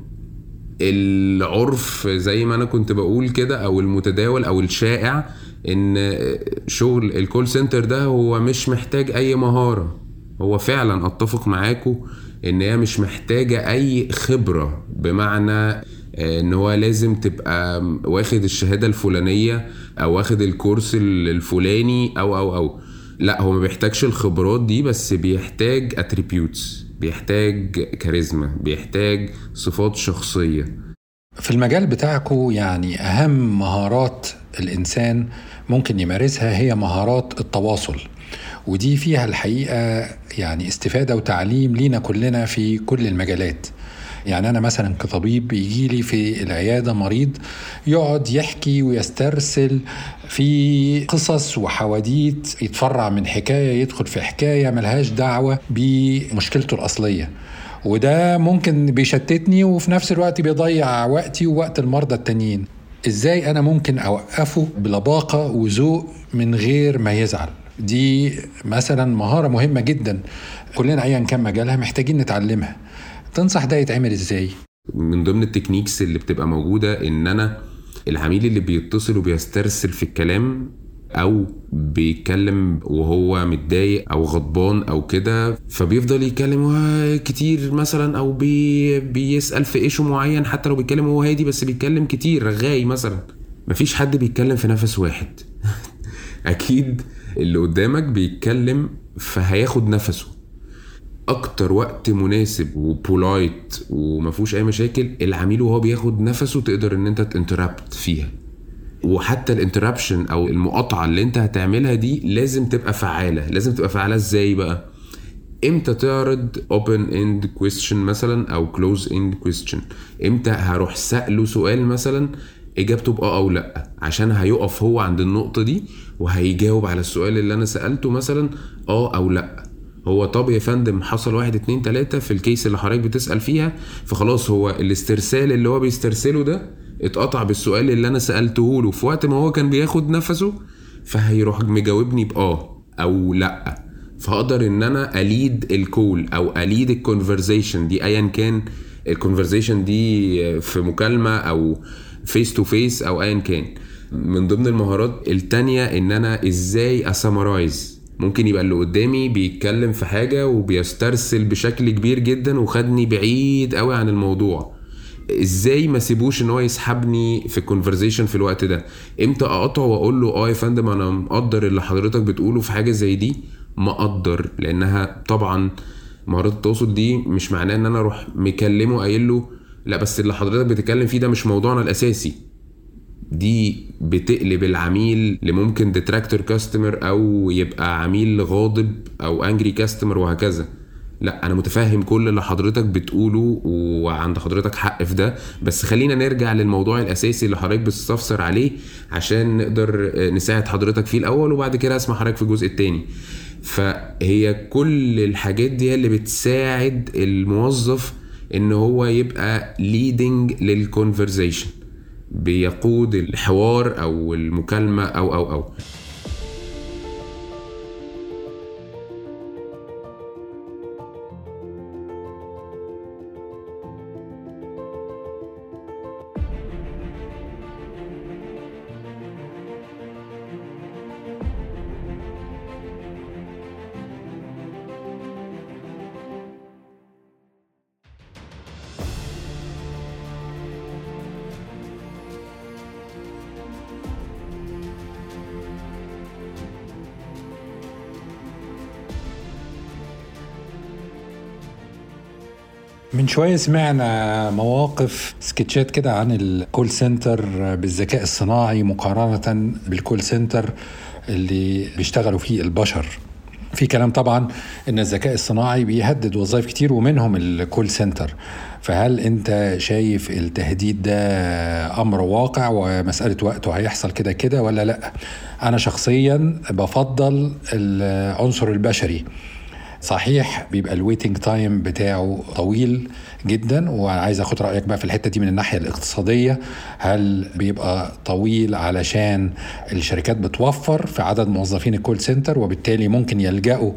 العرف زي ما انا كنت بقول كده او المتداول او الشائع ان شغل الكول سنتر ده هو مش محتاج اي مهارة. هو فعلا اتفق معاكم ان هي مش محتاجة اي خبرة، بمعنى ان هو لازم تبقى واخد الشهادة الفلانية او واخد الكورس الفلاني او او او لا، هو ما بيحتاجش الخبرات دي، بس بيحتاج اتريبيوتس، بيحتاج كاريزما، بيحتاج صفات شخصية. في المجال بتاعكو يعني أهم مهارات الإنسان ممكن يمارسها هي مهارات التواصل، ودي فيها الحقيقة يعني استفادة وتعليم لينا كلنا في كل المجالات. يعني أنا مثلا كطبيب يجيلي في العيادة مريض يقعد يحكي ويسترسل في قصص وحواديت، يتفرع من حكاية يدخل في حكاية ملهاش دعوة بمشكلته الأصلية، وده ممكن بيشتتني وفي نفس الوقت بيضيع وقتي ووقت المرضى التانيين. إزاي أنا ممكن أوقفه بلباقة وذوق من غير ما يزعل؟ دي مثلا مهارة مهمة جدا كلنا أيا كان مجالها محتاجين نتعلمها. تنصح ده يتعمل إزاي؟ من ضمن التكنيكس اللي بتبقى موجودة إن أنا العميل اللي بيتصل وبيسترسل في الكلام أو بيتكلم وهو متضايق أو غضبان أو كده، فبيفضل يتكلم كتير مثلا أو بي بيسأل في إيشه معين، حتى لو بيتكلم وهو هادي بس بيتكلم كتير رغاي مثلا. مفيش حد بيتكلم في نفس واحد أكيد اللي قدامك بيتكلم فهياخد نفسه. اكتر وقت مناسب وبولايت ومفوش اي مشاكل العميل وهو بياخد نفسه تقدر ان انت تانترابت فيها. وحتى الانترابشن او المقاطعة اللي انت هتعملها دي لازم تبقى فعالة. لازم تبقى فعالة ازاي بقى؟ امتى تعرض open end question مثلا او close end question؟ امتى هروح سأله سؤال مثلا اجابته بقى او لا، عشان هيقف هو عند النقطة دي وهيجاوب على السؤال اللي انا سألته مثلا اه او لا. هو طب يا فندم حصل واحد اتنين تلاتة في الكيس اللي حضرتك بتسأل فيها، فخلاص هو الاسترسال اللي هو بيسترسله ده اتقطع بالسؤال اللي انا سألته له في وقت ما هو كان بياخد نفسه، فهيروح مجاوبني بآه او لا. فهقدر ان انا أليد الكول او أليد الكونفرزيشن دي، ايا كان الكونفرزيشن دي في مكالمة او فيس تو فيس او ايا كان. من ضمن المهارات التانية ان انا ازاي اسامرايز. ممكن يبقى اللي قدامي بيتكلم في حاجة وبيسترسل بشكل كبير جدا وخدني بعيد قوي عن الموضوع، ازاي ما سيبوش ان هو يسحبني في الكونفرزيشن في الوقت ده؟ امتى اقطعه واقول له اه يا فندم انا مقدر اللي حضرتك بتقوله في حاجة زي دي، مقدر. لانها طبعا مهارات التواصل دي مش معناه ان انا اروح مكلمه قايل له لا بس اللي حضرتك بتتكلم فيه ده مش موضوعنا الاساسي. دي بتقلب العميل لممكن ديتراكتور كاستمر او يبقى عميل غاضب او انجري كاستمر وهكذا. لا انا متفهم كل اللي حضرتك بتقوله وعند حضرتك حق في ده، بس خلينا نرجع للموضوع الاساسي اللي حضرتك بتستفسر عليه عشان نقدر نساعد حضرتك فيه الاول، وبعد كده اسمع حضرتك في الجزء التاني. فهي كل الحاجات دي اللي بتساعد الموظف ان هو يبقى leading للconversation، بيقود الحوار او المكالمة او او او من شوية سمعنا مواقف سكتشات كده عن الكول سنتر بالذكاء الصناعي مقارنة بالكول سنتر اللي بيشتغلوا فيه البشر. في كلام طبعا ان الذكاء الصناعي بيهدد وظائف كتير ومنهم الكول سنتر، فهل انت شايف التهديد ده امر واقع ومسألة وقته هيحصل كده كده ولا لا؟ انا شخصيا بفضل العنصر البشري. صحيح بيبقى الويتنج تايم بتاعه طويل جدا، وعايز اخد رأيك بقى في الحتة دي من الناحية الاقتصادية. هل بيبقى طويل علشان الشركات بتوفر في عدد موظفين الكول سنتر وبالتالي ممكن يلجأوا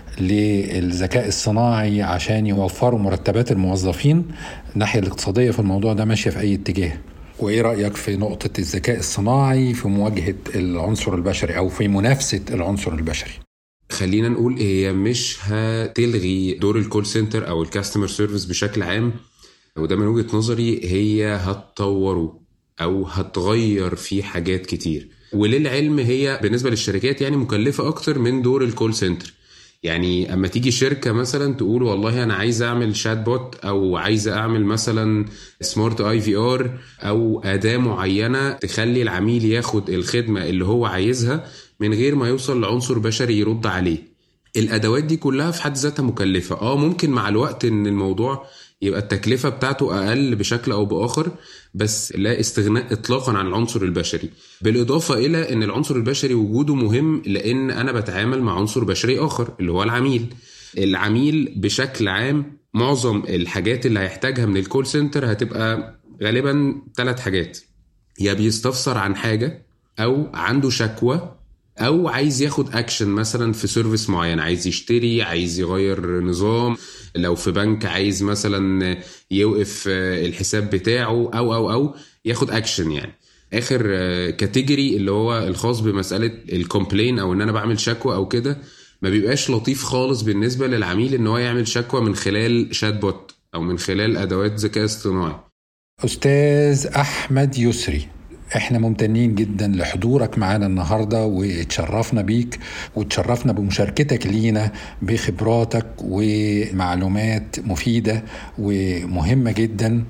للذكاء الصناعي عشان يوفروا مرتبات الموظفين؟ الناحية الاقتصادية في الموضوع ده ماشية في اي اتجاه؟ وايه رأيك في نقطة الذكاء الصناعي في مواجهة العنصر البشري او في منافسة العنصر البشري؟ خلينا نقول هي مش هتلغي دور الكول سنتر او الكاستمر سيرفيس بشكل عام، وده من وجهة نظري هي هتطوره او هتغير فيه حاجات كتير. وللعلم هي بالنسبة للشركات يعني مكلفة اكتر من دور الكول سنتر. يعني اما تيجي شركة مثلا تقول والله انا عايز اعمل شات بوت او عايز اعمل مثلا سمارت اي في ار او اداة معينة تخلي العميل ياخد الخدمة اللي هو عايزها من غير ما يوصل لعنصر بشري يرد عليه. الادوات دي كلها في حد ذاتها مكلفة. اه ممكن مع الوقت ان الموضوع يبقى التكلفة بتاعته اقل بشكل او باخر، بس لا استغناء اطلاقا عن العنصر البشري. بالاضافة الى ان العنصر البشري وجوده مهم لان انا بتعامل مع عنصر بشري اخر اللي هو العميل. العميل بشكل عام معظم الحاجات اللي هيحتاجها من الكول سنتر هتبقى غالبا ثلاث حاجات: يا بيستفسر عن حاجة، او عنده شكوى، او عايز ياخد اكشن مثلا في سيرفيس معين، عايز يشتري، عايز يغير نظام، لو في بنك عايز مثلا يوقف الحساب بتاعه او او او ياخد اكشن. يعني اخر كاتيجوري اللي هو الخاص بمسألة الكومبلين او ان انا بعمل شكوى او كده، ما بيبقاش لطيف خالص بالنسبة للعميل ان هو يعمل شكوى من خلال شات بوت او من خلال ادوات ذكاء اصطناعي. استاذ احمد يسري، احنا ممتنين جدا لحضورك معانا النهاردة، واتشرفنا بيك واتشرفنا بمشاركتك لينا بخبراتك ومعلومات مفيدة ومهمة جدا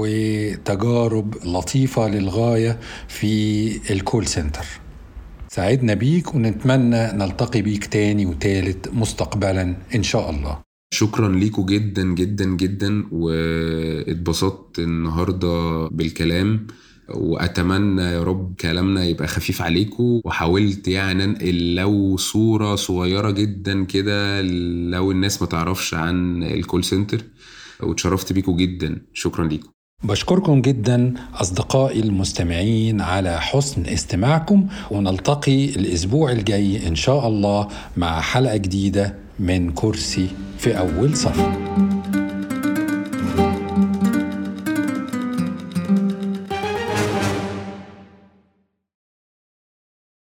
وتجارب لطيفة للغاية في الكول سنتر. سعدنا بيك ونتمنى نلتقي بيك تاني وتالت مستقبلا إن شاء الله. شكرا ليكم جدا جدا جدا، واتبسطت النهاردة بالكلام، وأتمنى يا رب كلامنا يبقى خفيف عليكم. وحاولت يعني أنقل لو صورة صغيرة جدا كده لو الناس ما تعرفش عن الكول سنتر، وتشرفت بيكم جدا. شكرا ليكم. بشكركم جدا أصدقائي المستمعين على حسن استماعكم، ونلتقي الأسبوع الجاي إن شاء الله مع حلقة جديدة من كرسي في أول صف.